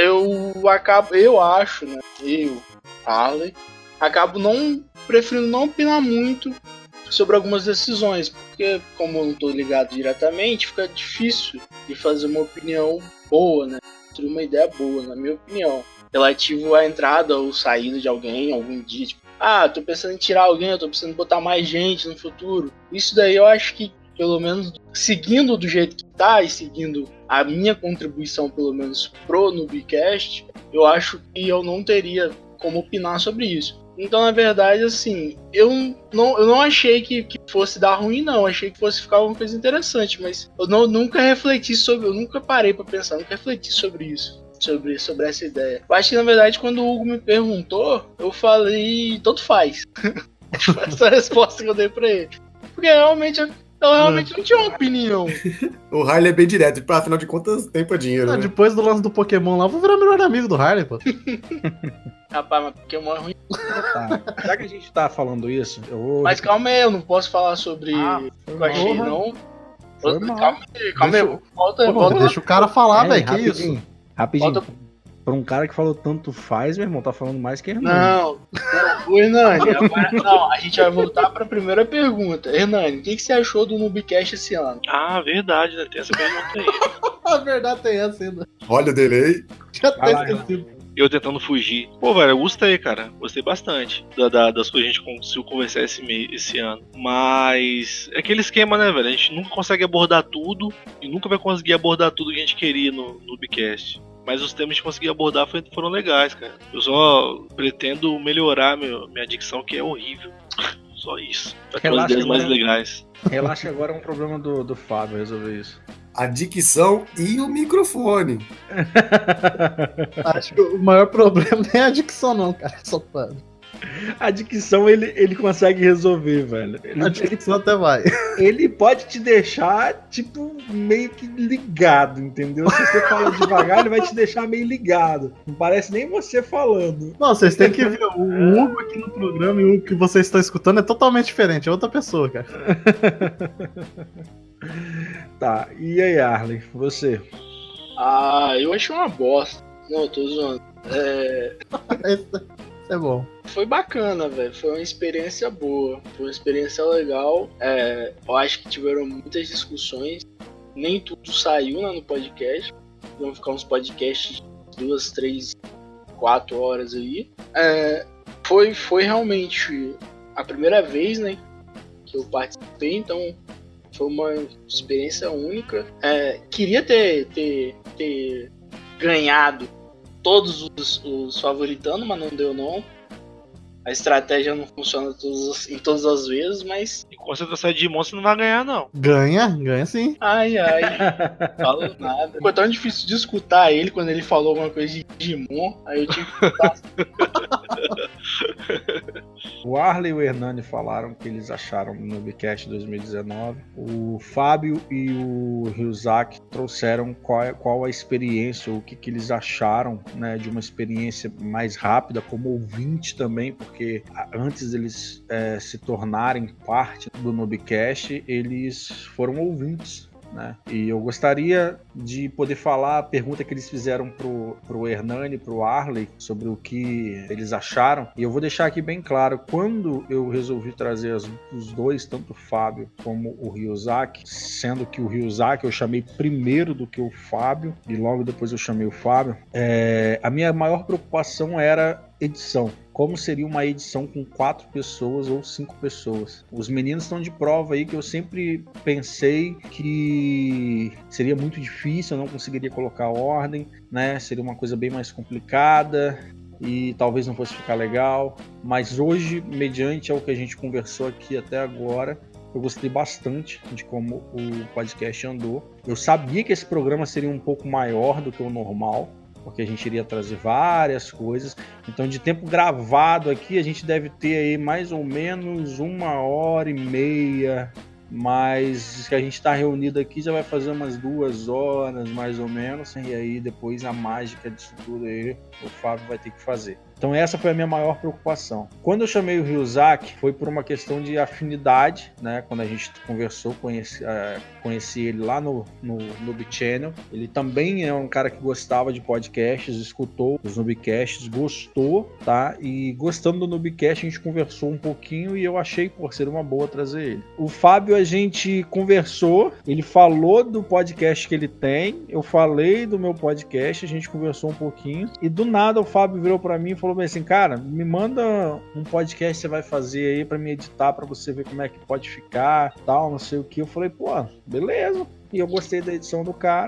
Eu acho, né? Arley, preferindo não opinar muito sobre algumas decisões, porque como eu não tô ligado diretamente, fica difícil de fazer uma opinião boa, né? Ter uma ideia boa, na minha opinião, relativo à entrada ou saída de alguém algum dia, tipo, tô pensando em tirar alguém, eu tô pensando em botar mais gente no futuro. Isso daí eu acho que, pelo menos, seguindo do jeito que tá e seguindo a minha contribuição, pelo menos pro Noobcast, eu acho que eu não teria como opinar sobre isso. Então, na verdade, assim, eu não achei que fosse dar ruim, não. Achei que fosse ficar alguma coisa interessante, mas eu nunca refleti sobre, eu nunca parei pra pensar, nunca refleti sobre isso, sobre essa ideia. Eu acho que, na verdade, quando o Hugo me perguntou, eu falei, tanto faz. Essa resposta que eu dei pra ele. Porque realmente eu não tinha uma opinião. O Harley é bem direto, afinal de contas, tempo é dinheiro. Né? Depois do lance do Pokémon lá, eu vou virar melhor amigo do Harley, pô. Rapaz, mas Pokémon é ruim. Tá. Já que a gente tá falando isso, eu vou... Mas calma aí, eu não posso falar sobre o que eu achei, não. Calma aí. Volta. Deixa o cara falar, velho, que isso? Rapidinho. Pra um cara que falou tanto faz, meu irmão, tá falando mais que Hernani. Não, o Hernani, agora, não, a gente vai voltar pra primeira pergunta. Hernani, o que você achou do Noobcast esse ano? Ah, verdade, né? Tem essa pergunta aí. A verdade tem essa ainda. Olha o delay. Já tá esquecido. Eu tentando fugir. Pô, velho, eu gostei, cara. Gostei bastante das coisas que a gente conseguiu conversar esse ano. Mas é aquele esquema, né, velho? A gente nunca consegue abordar tudo e nunca vai conseguir abordar tudo que a gente queria no Noobcast. Mas os temas que a gente conseguiu abordar foram legais, cara. Eu só pretendo melhorar minha dicção, que é horrível. Só isso. Pra ter umas ideias mais legais. Relaxa, agora é um problema do Fábio resolver isso. A dicção e o microfone. Acho que o maior problema não é a dicção, não, cara. Só pra... A dicção ele consegue resolver, velho. A dicção até vai. Ele pode te deixar, tipo, meio que ligado, entendeu? Se você fala devagar, ele vai te deixar meio ligado. Não parece nem você falando. Não, vocês têm que ver. O Hugo aqui no programa e o que vocês estão escutando é totalmente diferente. É outra pessoa, cara. Tá, e aí, Arley? Você? Eu achei uma bosta. Não, eu tô zoando. Isso é bom. Foi bacana, velho. Foi uma experiência boa. Foi uma experiência legal. Eu acho que tiveram muitas discussões. Nem tudo saiu, né, no podcast. Vão ficar uns podcasts de 2, 3, 4 horas aí. Foi realmente a primeira vez, né, que eu participei. Então foi uma experiência única. Queria ter ganhado todos os favoritando, mas não deu, não. A estratégia não funciona em todas as vezes, mas... E quando você sair de Digimon, você não vai ganhar, não. Ganha sim. Ai, falo nada. Foi tão difícil de escutar ele quando ele falou alguma coisa de Digimon, aí eu tive que escutar. O Arley e o Hernani falaram que eles acharam no Noobcast 2019. O Fábio e o Ryuzaki trouxeram qual a experiência, o que eles acharam, né, de uma experiência mais rápida, como ouvinte também, porque antes deles se tornarem parte do Noobcast, eles foram ouvintes, né? E eu gostaria de poder falar a pergunta que eles fizeram pro Hernani, pro Arley, sobre o que eles acharam. E eu vou deixar aqui bem claro, quando eu resolvi trazer os dois, tanto o Fábio como o Ryuzaki, sendo que o Ryuzaki eu chamei primeiro do que o Fábio, e logo depois eu chamei o Fábio, a minha maior preocupação era edição. Como seria uma edição com 4 pessoas ou 5 pessoas. Os meninos estão de prova aí que eu sempre pensei que seria muito difícil, eu não conseguiria colocar ordem, né? Seria uma coisa bem mais complicada. e talvez não fosse ficar legal, mas hoje, mediante ao que a gente conversou aqui até agora, eu gostei bastante de como o podcast andou. Eu sabia que esse programa seria um pouco maior do que o normal, porque a gente iria trazer várias coisas. Então, de tempo gravado aqui, a gente deve ter aí mais ou menos 1h30, mas que a gente está reunido aqui já vai fazer umas 2 horas, mais ou menos, e aí depois a mágica disso tudo aí o Fábio vai ter que fazer. Então essa foi a minha maior preocupação. Quando eu chamei o Ryuzaki, foi por uma questão de afinidade, né? Quando a gente conversou, conheci ele lá no Noob Channel. Ele também é um cara que gostava de podcasts, escutou os Noobcasts, gostou, tá? E gostando do Noobcast, a gente conversou um pouquinho e eu achei por ser uma boa trazer ele. O Fábio, a gente conversou, ele falou do podcast que ele tem, eu falei do meu podcast, a gente conversou um pouquinho e do nada o Fábio virou pra mim e falou bem assim, cara, me manda um podcast que você vai fazer aí pra me editar, pra você ver como é que pode ficar, tal, não sei o que. Eu falei, pô, beleza. E eu gostei da edição do cara.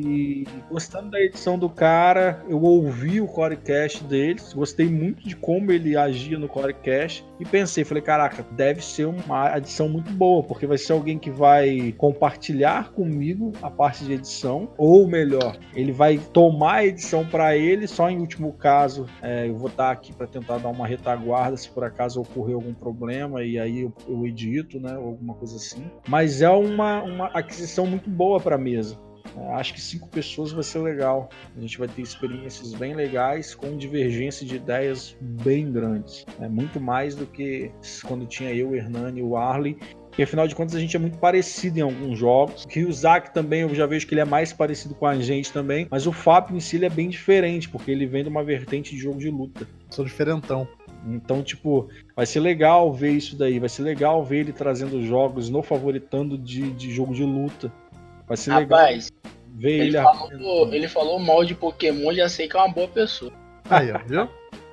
E gostando da edição do cara, eu ouvi o Corecast deles. Gostei muito de como ele agia no Corecast. E pensei, falei, caraca, deve ser uma edição muito boa, porque vai ser alguém que vai compartilhar comigo a parte de edição. Ou melhor, ele vai tomar a edição para ele. Só em último caso, eu vou estar aqui para tentar dar uma retaguarda se por acaso ocorrer algum problema. E aí eu edito, né? Ou alguma coisa assim. Mas é uma aquisição muito boa para a mesa. Acho que 5 pessoas vai ser legal. A gente vai ter experiências bem legais com divergência de ideias bem grandes. Muito mais do que quando tinha eu, o Hernani e o Arley. Porque afinal de contas a gente é muito parecido em alguns jogos. O Ryuzaki também eu já vejo que ele é mais parecido com a gente também. Mas o Fábio em si ele é bem diferente, porque ele vem de uma vertente de jogo de luta. Sou diferentão. Então, tipo, vai ser legal ver isso daí. Vai ser legal ver ele trazendo jogos no favoritando de jogo de luta. Vai ser legal ver ele falou mal de Pokémon, já sei que é uma boa pessoa. Aí, ó, viu?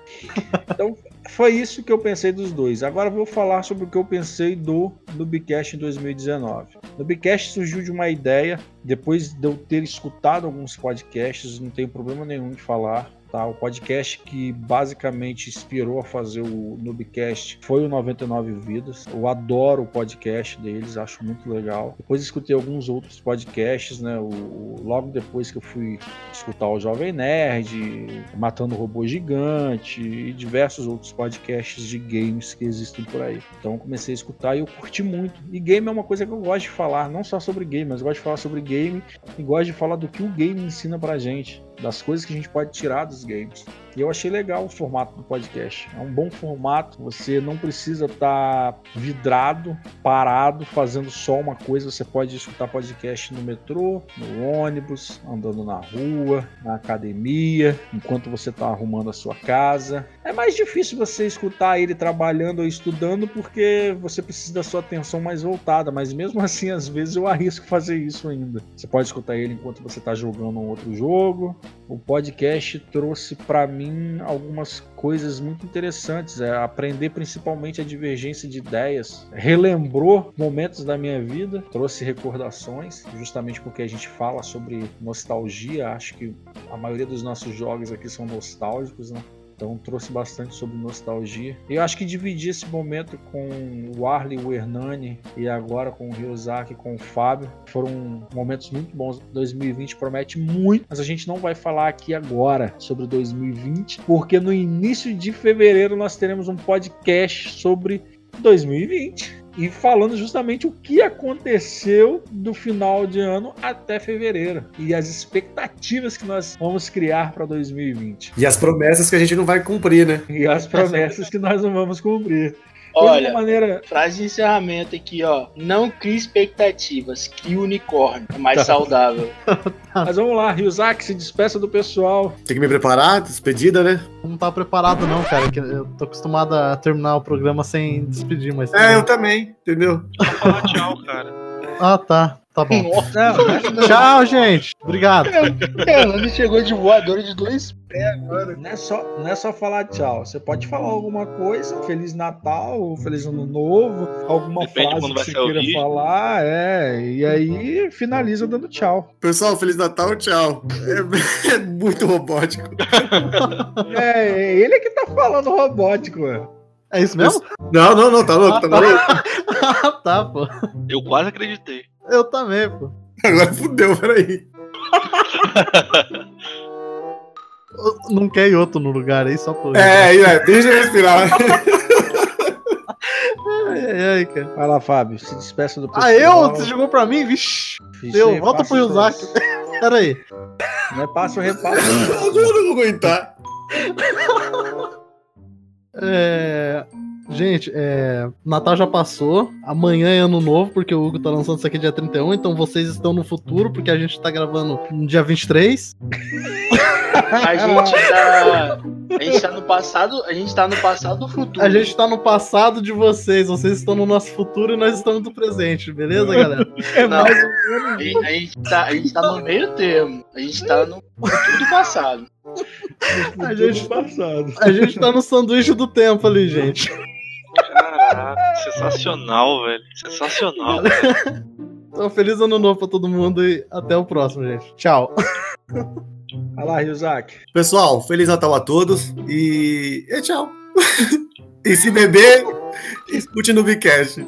Então, foi isso que eu pensei dos dois. Agora eu vou falar sobre o que eu pensei do Noobcast em 2019. O Noobcast surgiu de uma ideia, depois de eu ter escutado alguns podcasts, não tenho problema nenhum de falar. Tá, o podcast que basicamente inspirou a fazer o Noobcast foi o 99 Vidas. Eu adoro o podcast deles, acho muito legal. Depois escutei alguns outros podcasts, né? Logo depois que eu fui escutar o Jovem Nerd, Matando o Robô Gigante e diversos outros podcasts de games que existem por aí. Então eu comecei a escutar e eu curti muito. E game é uma coisa que eu gosto de falar, não só sobre game, mas eu gosto de falar sobre game e gosto de falar do que o game ensina pra gente, das coisas que a gente pode tirar dos games. E eu achei legal o formato do podcast. É um bom formato, você não precisa estar vidrado, parado, fazendo só uma coisa. Você pode escutar podcast no metrô, no ônibus, andando na rua, na academia, enquanto você está arrumando a sua casa. É mais difícil você escutar ele trabalhando ou estudando, porque você precisa da sua atenção mais voltada, mas mesmo assim, às vezes eu arrisco fazer isso ainda. Você pode escutar ele enquanto você está jogando um outro jogo. O podcast trouxe para mim algumas coisas muito interessantes, aprender principalmente a divergência de ideias, relembrou momentos da minha vida, trouxe recordações, justamente porque a gente fala sobre nostalgia. Acho que a maioria dos nossos jogos aqui são nostálgicos, né? Então trouxe bastante sobre nostalgia. E eu acho que dividir esse momento com o Arley, o Hernani e agora com o Ryuzaki, com o Fábio, foram momentos muito bons. 2020 promete muito, mas a gente não vai falar aqui agora sobre 2020, porque no início de fevereiro nós teremos um podcast sobre 2020. E falando justamente o que aconteceu do final de ano até fevereiro. E as expectativas que nós vamos criar para 2020. E as promessas que a gente não vai cumprir, né? E as promessas que nós não vamos cumprir. Olha, frase de encerramento aqui, ó. Não crie expectativas, crie unicórnio. É mais saudável. Mas vamos lá, Ryuzaki, se despeça do pessoal. Tem que me preparar, despedida, né? Não tá preparado não, cara, que eu tô acostumado a terminar o programa sem despedir, mas... Eu também, entendeu? Só falar tchau, cara. Ah, tá. Tá bom. Nossa, Tchau, gente. Obrigado. ele chegou de voadora de 2 pés agora. Não é só falar tchau. Você pode falar alguma coisa, Feliz Natal, Feliz Ano Novo, alguma Depende frase quando que vai você ser o queira vídeo. falar, e aí finaliza dando tchau. Pessoal, Feliz Natal, tchau. É muito robótico. É ele que tá falando robótico, mano. É isso mesmo? Não, tá louco, tá maluco? Ah, tá, pô. Eu quase acreditei. Eu também, pô. Agora fudeu, peraí. Não quer ir outro no lugar aí, só por. Deixa eu respirar. Ai, cara. Vai lá, Fábio, se despeça do Ah, eu? Você jogou pra mim? Vixe. Vixe, Volta passa pro os Yuzaki. dois. Pera aí. Não é passo ou repasso. Agora eu não vou aguentar. Gente, Natal já passou. Amanhã é ano novo, porque o Hugo tá lançando isso aqui dia 31. Então vocês estão no futuro, porque a gente tá gravando no dia 23. A gente tá no passado. A gente tá no passado do futuro. A gente tá no passado de vocês. Vocês estão no nosso futuro e nós estamos no presente. Beleza, galera? Não, a gente tá no meio termo. A gente tá no futuro do passado. A gente tá no sanduíche do tempo ali, gente. Caraca, sensacional, velho. Sensacional. Então, feliz ano novo pra todo mundo e até o próximo, gente. Tchau. Vai lá, Ryuzaki. Pessoal, Feliz Natal a todos e tchau. E se beber, escute no Bicast.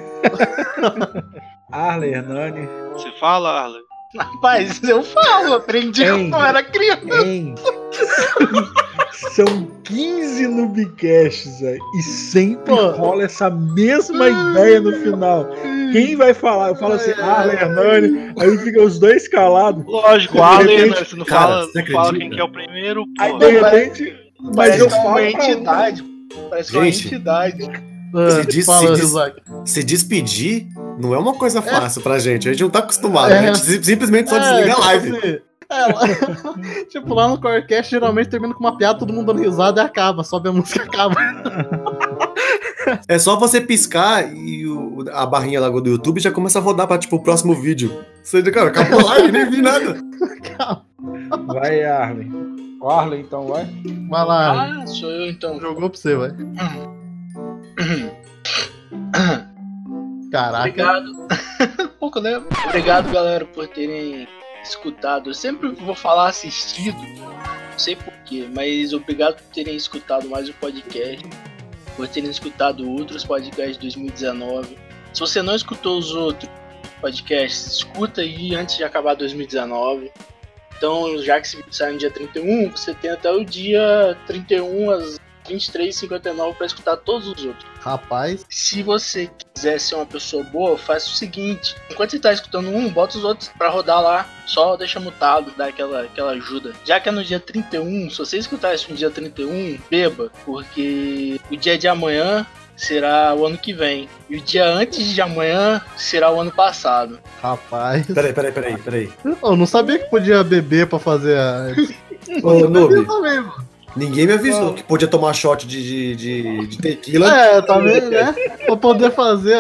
Arley, Hernani. Você fala, Arlen? Rapaz, eu falo, aprendi quando eu era criança. São 15 Noobcasts, velho. E sempre rola essa mesma ideia no final. Quem vai falar? Eu falo assim, Arley, Hernani. Aí fica os dois calados. Lógico, De Arlen, repente, né? Você não cara, fala, você não fala acredita? quem que é o primeiro, Aí pô. de repente. Mas Parece eu que é falo uma pra entidade. Parece que é uma Gente. entidade. Fala, Ryuzaki. Se despedir não é uma coisa fácil pra gente. A gente não tá acostumado. A gente simplesmente só desliga a live. Assim, tipo, lá no Corecast, geralmente termina com uma piada, todo mundo dando risada e acaba. Sobe a música e acaba. É só você piscar e a barrinha lá do YouTube já começa a rodar pra, tipo, o próximo vídeo. Você, cara, acabou a live, nem vi nada. Vai, Arley. O Arley, então, vai. Vai lá. Ah, sou eu então. Jogou pra você, vai. Caraca. Obrigado. Pouco lembro. Obrigado, galera, por terem escutado. Eu sempre vou falar assistido, não sei porquê, mas obrigado por terem escutado mais o podcast, por terem escutado outros podcasts de 2019. Se você não escutou os outros podcasts, escuta aí antes de acabar 2019. Então, já que esse vídeo sai no dia 31, você tem até o dia 31 às 23h59 para escutar todos os outros. Rapaz. Se você quiser ser uma pessoa boa, faz o seguinte: enquanto você tá escutando um, bota os outros pra rodar lá. Só deixa mutado, dá aquela ajuda. Já que é no dia 31, se você escutar isso no dia 31, beba, porque o dia de amanhã será o ano que vem. E o dia antes de amanhã será o ano passado. Rapaz. Peraí. Eu não sabia que podia beber pra fazer a. Ô, Noob, também, mano. ninguém me avisou que podia tomar shot de tequila. Tá vendo, né? Pra poder fazer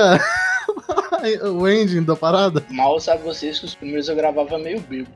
o ending da parada. Mal sabe vocês que os primeiros eu gravava meio bêbado.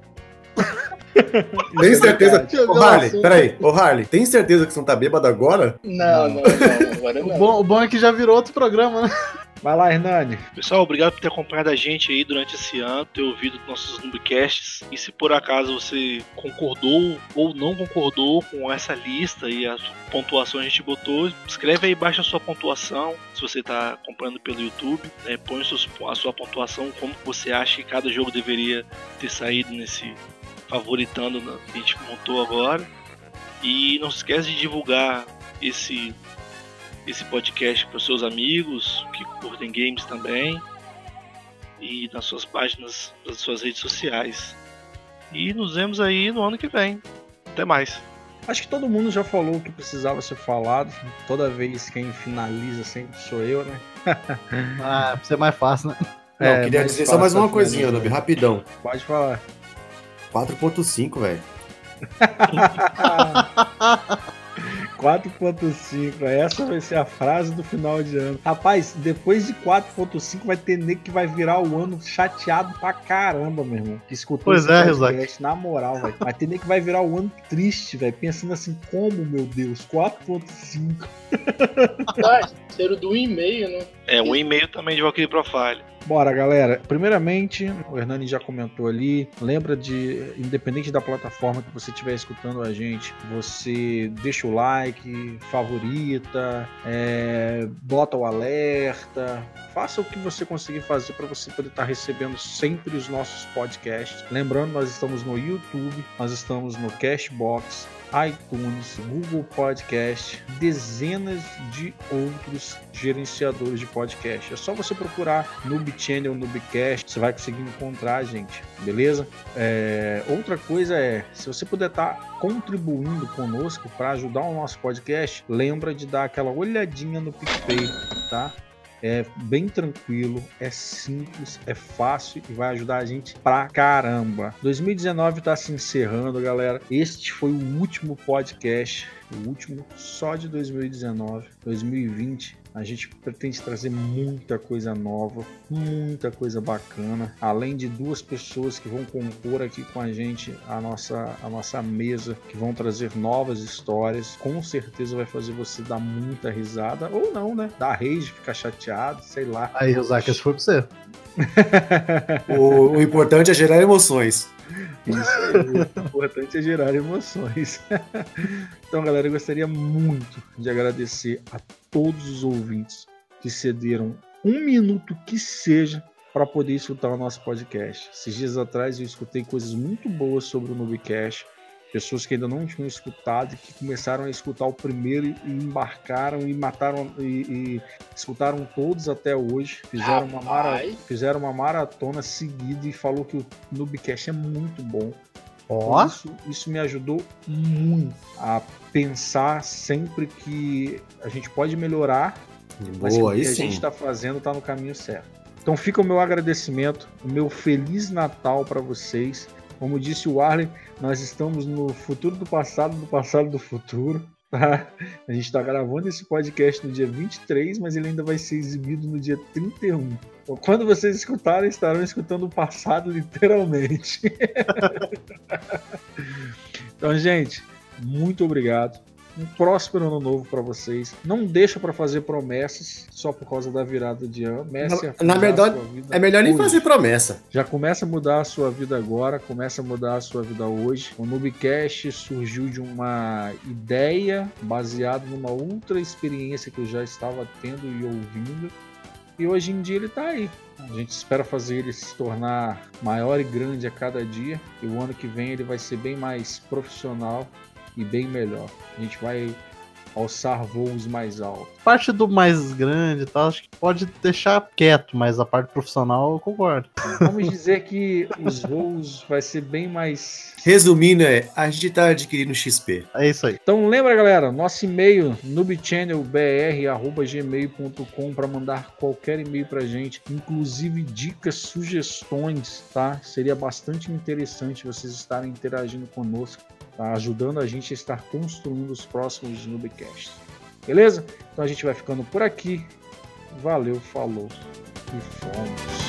Tem certeza? Jogou Ô, Harley, assunto. peraí. Ô, Harley, tem certeza que você não tá bêbado agora? Não, agora não. O bom é que já virou outro programa, né? Vai lá, Hernani. Pessoal, obrigado por ter acompanhado a gente aí durante esse ano, ter ouvido nossos Noobcasts. E se por acaso você concordou ou não concordou com essa lista e a pontuação a gente botou, escreve aí, baixa a sua pontuação. Se você está acompanhando pelo YouTube, põe a sua pontuação, como você acha que cada jogo deveria ter saído nesse favoritando que a gente montou agora. E não se esquece de divulgar esse podcast para os seus amigos que curtem games também e nas suas páginas, nas suas redes sociais. E nos vemos aí no ano que vem. Até mais. Acho que todo mundo já falou o que precisava ser falado. Toda vez quem finaliza sempre sou eu, né? Ah, pra ser mais fácil, né? Não, queria mais dizer só mais fácil uma a coisinha, finalização. Noob, rapidão. Pode falar. 4.5, velho. 4.5, essa vai ser a frase do final de ano. Rapaz, depois de 4.5 vai ter nego que vai virar o ano chateado pra caramba, meu irmão. Que escutou Pois esse é, podcast, na moral, velho. Vai ter nego que vai virar o ano triste, velho. Pensando assim, como, meu Deus, 4.5. Ser do 1,5, né? É, 1,5 também de Valkyrie Profile. Bora, galera. Primeiramente, o Hernani já comentou ali. Lembra de, independente da plataforma que você estiver escutando a gente, você deixa o like, favorita, bota o alerta. Faça o que você conseguir fazer para você poder estar recebendo sempre os nossos podcasts. Lembrando, nós estamos no YouTube, nós estamos no Cashbox, iTunes, Google Podcast, dezenas de outros gerenciadores de podcast. É só você procurar Noob Channel, Noobcast, você vai conseguir encontrar a gente, beleza? Outra coisa se você puder estar contribuindo conosco para ajudar o nosso podcast, lembra de dar aquela olhadinha no PicPay, tá? É bem tranquilo, é simples, é fácil e vai ajudar a gente pra caramba. 2019 tá se encerrando, galera. Este foi o último podcast, o último só de 2019. 2020 a gente pretende trazer muita coisa nova, muita coisa bacana. Além de 2 pessoas que vão compor aqui com a gente a nossa mesa, que vão trazer novas histórias. Com certeza vai fazer você dar muita risada, ou não, né? Dar rage, ficar chateado, sei lá. Aí, Ryuzaki, esse foi pra você. O importante é gerar emoções. Isso aí, o importante é gerar emoções. Então, galera, eu gostaria muito de agradecer a todos os ouvintes que cederam 1 minuto que seja para poder escutar o nosso podcast. Esses dias atrás eu escutei coisas muito boas sobre o Noobcast, pessoas que ainda não tinham escutado e que começaram a escutar o primeiro e embarcaram e mataram e escutaram todos até hoje. Fizeram uma maratona seguida e falou que o Noobcast é muito bom. Ó. Isso me ajudou muito a pensar sempre que a gente pode melhorar, mas que o que a gente está fazendo está no caminho certo. Então fica o meu agradecimento, o meu Feliz Natal para vocês. Como disse o Arlen, nós estamos no futuro do passado do futuro. Tá? A gente está gravando esse podcast no dia 23, mas ele ainda vai ser exibido no dia 31. Então, quando vocês escutarem, estarão escutando o passado literalmente. Então, gente, muito obrigado. Um próspero ano novo para vocês. Não deixa para fazer promessas só por causa da virada de ano. Na verdade, é melhor nem fazer promessa. Já começa a mudar a sua vida agora, começa a mudar a sua vida hoje. O Noobcast surgiu de uma ideia baseada numa outra experiência que eu já estava tendo e ouvindo. E hoje em dia ele está aí. A gente espera fazer ele se tornar maior e grande a cada dia. E o ano que vem ele vai ser bem mais profissional e bem melhor. A gente vai alçar voos mais altos. Parte do mais grande e tal, acho que pode deixar quieto, mas a parte profissional eu concordo. Vamos dizer que os voos vai ser bem mais... Resumindo, a gente tá adquirindo XP. É isso aí. Então lembra, galera, nosso e-mail noobchannelbr@gmail.com para mandar qualquer e-mail pra gente, inclusive dicas, sugestões, tá? Seria bastante interessante vocês estarem interagindo conosco, tá? Ajudando a gente a estar construindo os próximos Noobcasts. Beleza? Então a gente vai ficando por aqui. Valeu, falou e fomos.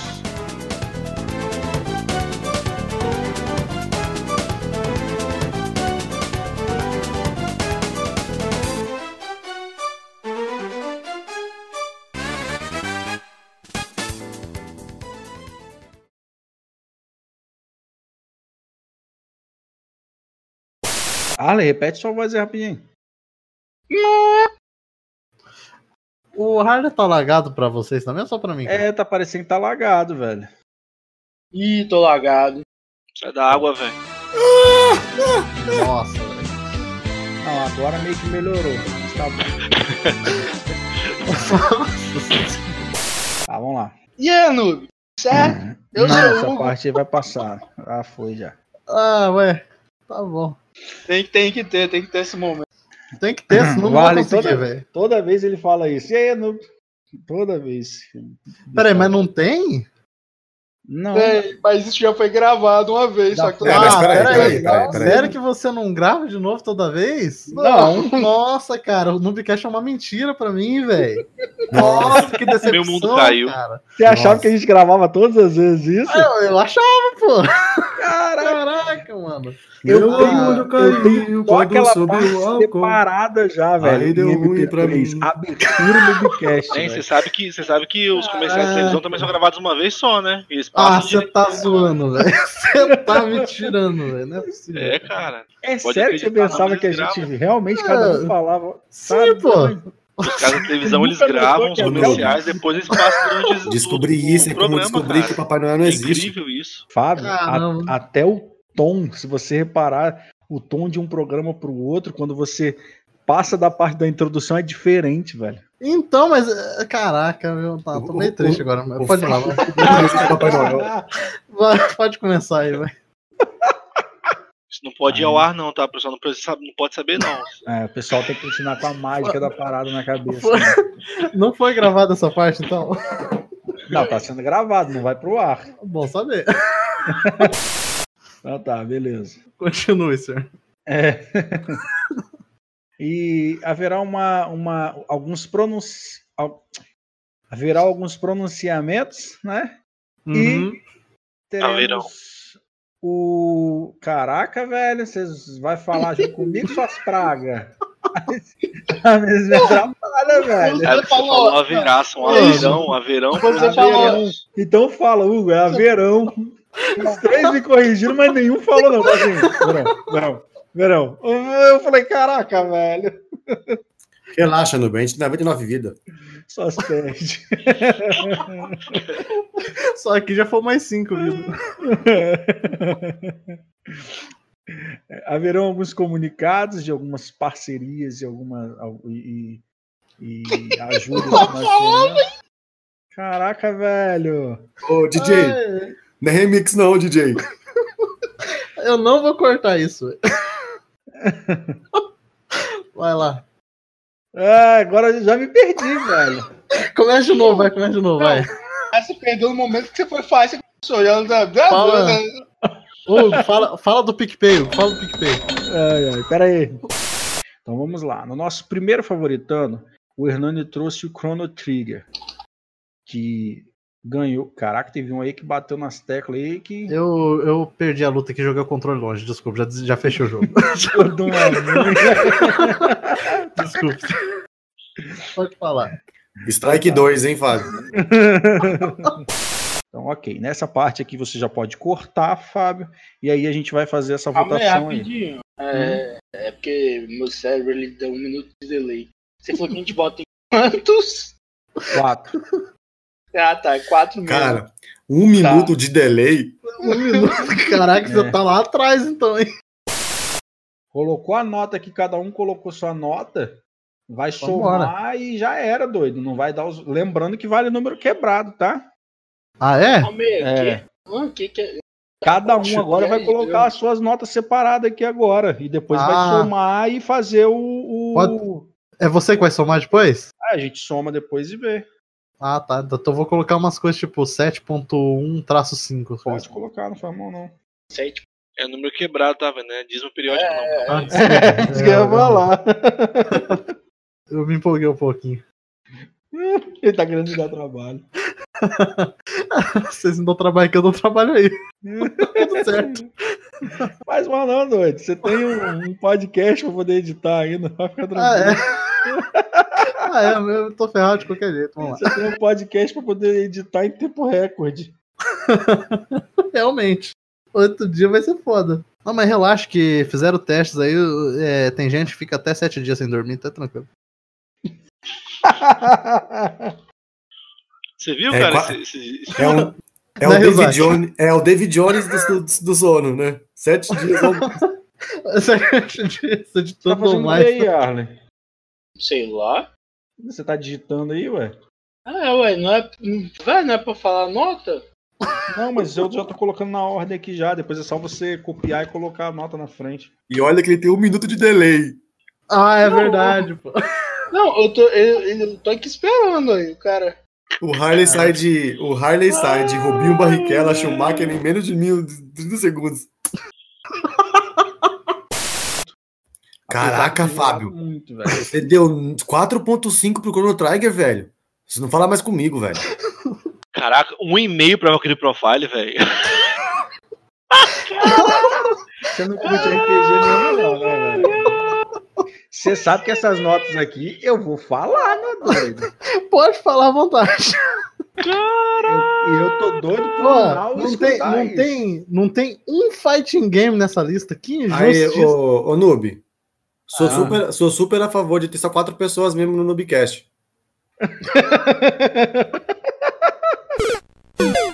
Arlen, repete sua voz aí rapidinho. O Harley tá lagado pra vocês também ou só pra mim? Tá parecendo que tá lagado, velho. Ih, tô lagado. Sai da água, velho. Nossa, velho. Não, agora meio que melhorou. Mas tá bom. Tá, vamos lá. E aí, noob? Certo? Eu Não, sou o essa Hugo. parte aí vai passar. Ah, foi já. Ah, ué. Tá bom. Tem que ter esse momento. Tem que ter, senão não O vai Arlen conseguir, velho. toda vez ele fala isso. E aí, noob? Toda vez. Peraí, mas não tem? Não. Mas isso já foi gravado uma vez, só que... mas peraí. Sério que você não grava de novo toda vez? Não. Nossa, cara, o Noobcast é uma mentira pra mim, velho. Nossa, que decepção, Meu mundo caiu. cara. Você achava que a gente gravava todas as vezes isso? Eu achava, pô. Caraca, Caraca, mano. eu Meu mundo caiu só quando aquela subiu parte o álcool. separada já, velho. Aí deu em ruim pra MP3. mim. Abertura do Bicast. Hein, você sabe que os comerciais de televisão também são gravados uma vez só, né? Eles passam Você tá zoando, velho. Você tá me tirando, velho. Não é possível. É, cara. É Pode sério que você acreditar, pensava não, que a eles gente gravam. realmente cada um falava? Sim, pô. Os caras da televisão, eles Nunca gravam notou os que é comerciais, depois eles passam durante Descobrir o isso é como programa, descobrir cara. que Papai Noel não É existe. incrível isso. Fábio, Caramba. até o tom, se você reparar, o tom de um programa pro outro, quando você passa da parte da introdução, é diferente, velho. Então, mas. Caraca, meu. Tá, tô meio triste agora. Mas pode ir lá, vai. Papai Noel. Pode começar aí, vai. Isso não pode ir ao ar, não, tá? O pessoal não pode saber, não. É, o pessoal tem que continuar com a mágica da parada na cabeça. Foi- né? Não foi gravada essa parte, então? Não, tá sendo gravado, não vai pro ar. Bom saber. Ah, tá, beleza. Continue, senhor. E haverá haverá alguns pronunciamentos, né? Uhum. Haverão. Teremos o... Caraca, velho, vocês vão falar junto comigo, suas pragas? A mesma atrapalha, velho. É, você falou haverá, são haverão. Você falou... Então fala, Hugo, é haverão. Os três me corrigiram, mas nenhum falou não. Assim, verão. Eu falei, caraca, velho. Relaxa, Nubem, a gente tem 99 vidas. Só as perde. Só aqui já foi mais 5, viu? Haverão alguns comunicados de algumas parcerias e ajudas. que nós teremos. Caraca, velho. Ô, DJ, não é remix não, DJ. Eu não vou cortar isso. Velho. Vai lá. Agora eu já me perdi, velho. Começa de novo, vai. Você perdeu no momento que você foi fácil. Fala. Fala do PicPay, Hugo. Fala do PicPay. Pera aí. Então vamos lá. No nosso primeiro favoritando, o Hernani trouxe o Chrono Trigger, que ganhou. Caraca, teve um aí que bateu nas teclas aí que. Eu perdi a luta aqui e joguei o controle longe. Desculpa, já fechei o jogo. Desculpa. Pode falar. Strike 2, hein, Fábio? Então, ok. Nessa parte aqui você já pode cortar, Fábio, e aí a gente vai fazer essa Calma aí, votação aí. rapidinho. É porque meu cérebro ele deu 1 minuto de delay. Você falou que a gente bota em quantos? 4. Ah, tá. 4 mesmo. Cara, 1 minuto de delay. 1 minuto. Caraca, você tá lá atrás, então, hein? Colocou a nota que cada um colocou sua nota, vai Vambora. somar e já era, doido. Não vai dar os. Lembrando que vale número quebrado, tá? Ah, é? Calma aí, É. que é? Cada um agora vai colocar as suas notas separadas aqui agora. E depois vai somar e fazer o... É você que vai somar depois? A gente soma depois e vê. Ah, tá. Então eu vou colocar umas coisas tipo 7.1-5. Pode colocar, não faz mal não. 7. É número quebrado, tá vendo? Não é dízimo periódico, não. Ah, desculpa. Isso que eu ia falar. Eu me empolguei um pouquinho. Ele tá querendo me dar trabalho. Vocês não dão trabalho que eu dou trabalho aí. Tudo certo. Faz mal não, doido. Você tem um podcast pra poder editar ainda. Vai ficar tranquilo. Eu tô ferrado de qualquer jeito. Vamos lá. Você tem um podcast pra poder editar em tempo recorde. Realmente. Outro dia vai ser foda. Não, mas relaxa que fizeram testes aí. Tem gente que fica até 7 dias sem dormir, tá tranquilo. Você viu, É, cara? É o David Jones do sono, né? 7 dias. 7 dias Tá editando fazendo o mais. que aí, Arlen? Sei lá. Você tá digitando aí, ué? Ué, não é pra falar nota? Não, mas eu já tô colocando na ordem aqui já. Depois é só você copiar e colocar a nota na frente. E olha que ele tem 1 minuto de delay. Ah, é verdade, pô. Não, eu tô aqui esperando aí, o cara. O Harley sai de Rubinho Barrichello, Schumacher em menos de 30 segundos. Caraca, Fábio. Muito, velho. Você deu 4.5 pro Chrono Trigger, velho. Você não fala mais comigo, velho. Caraca, 1,5 pra Valkyrie Profile, velho. Você não curte RPG mesmo, não, né, velho? Você sabe que essas notas aqui eu vou falar, né, doido? Pode falar à vontade. Eu tô doido por Pô, não tem um fighting game nessa lista. Que Aí, injustiça. ô Noob. Sou super a favor de ter só 4 pessoas mesmo no Noobcast.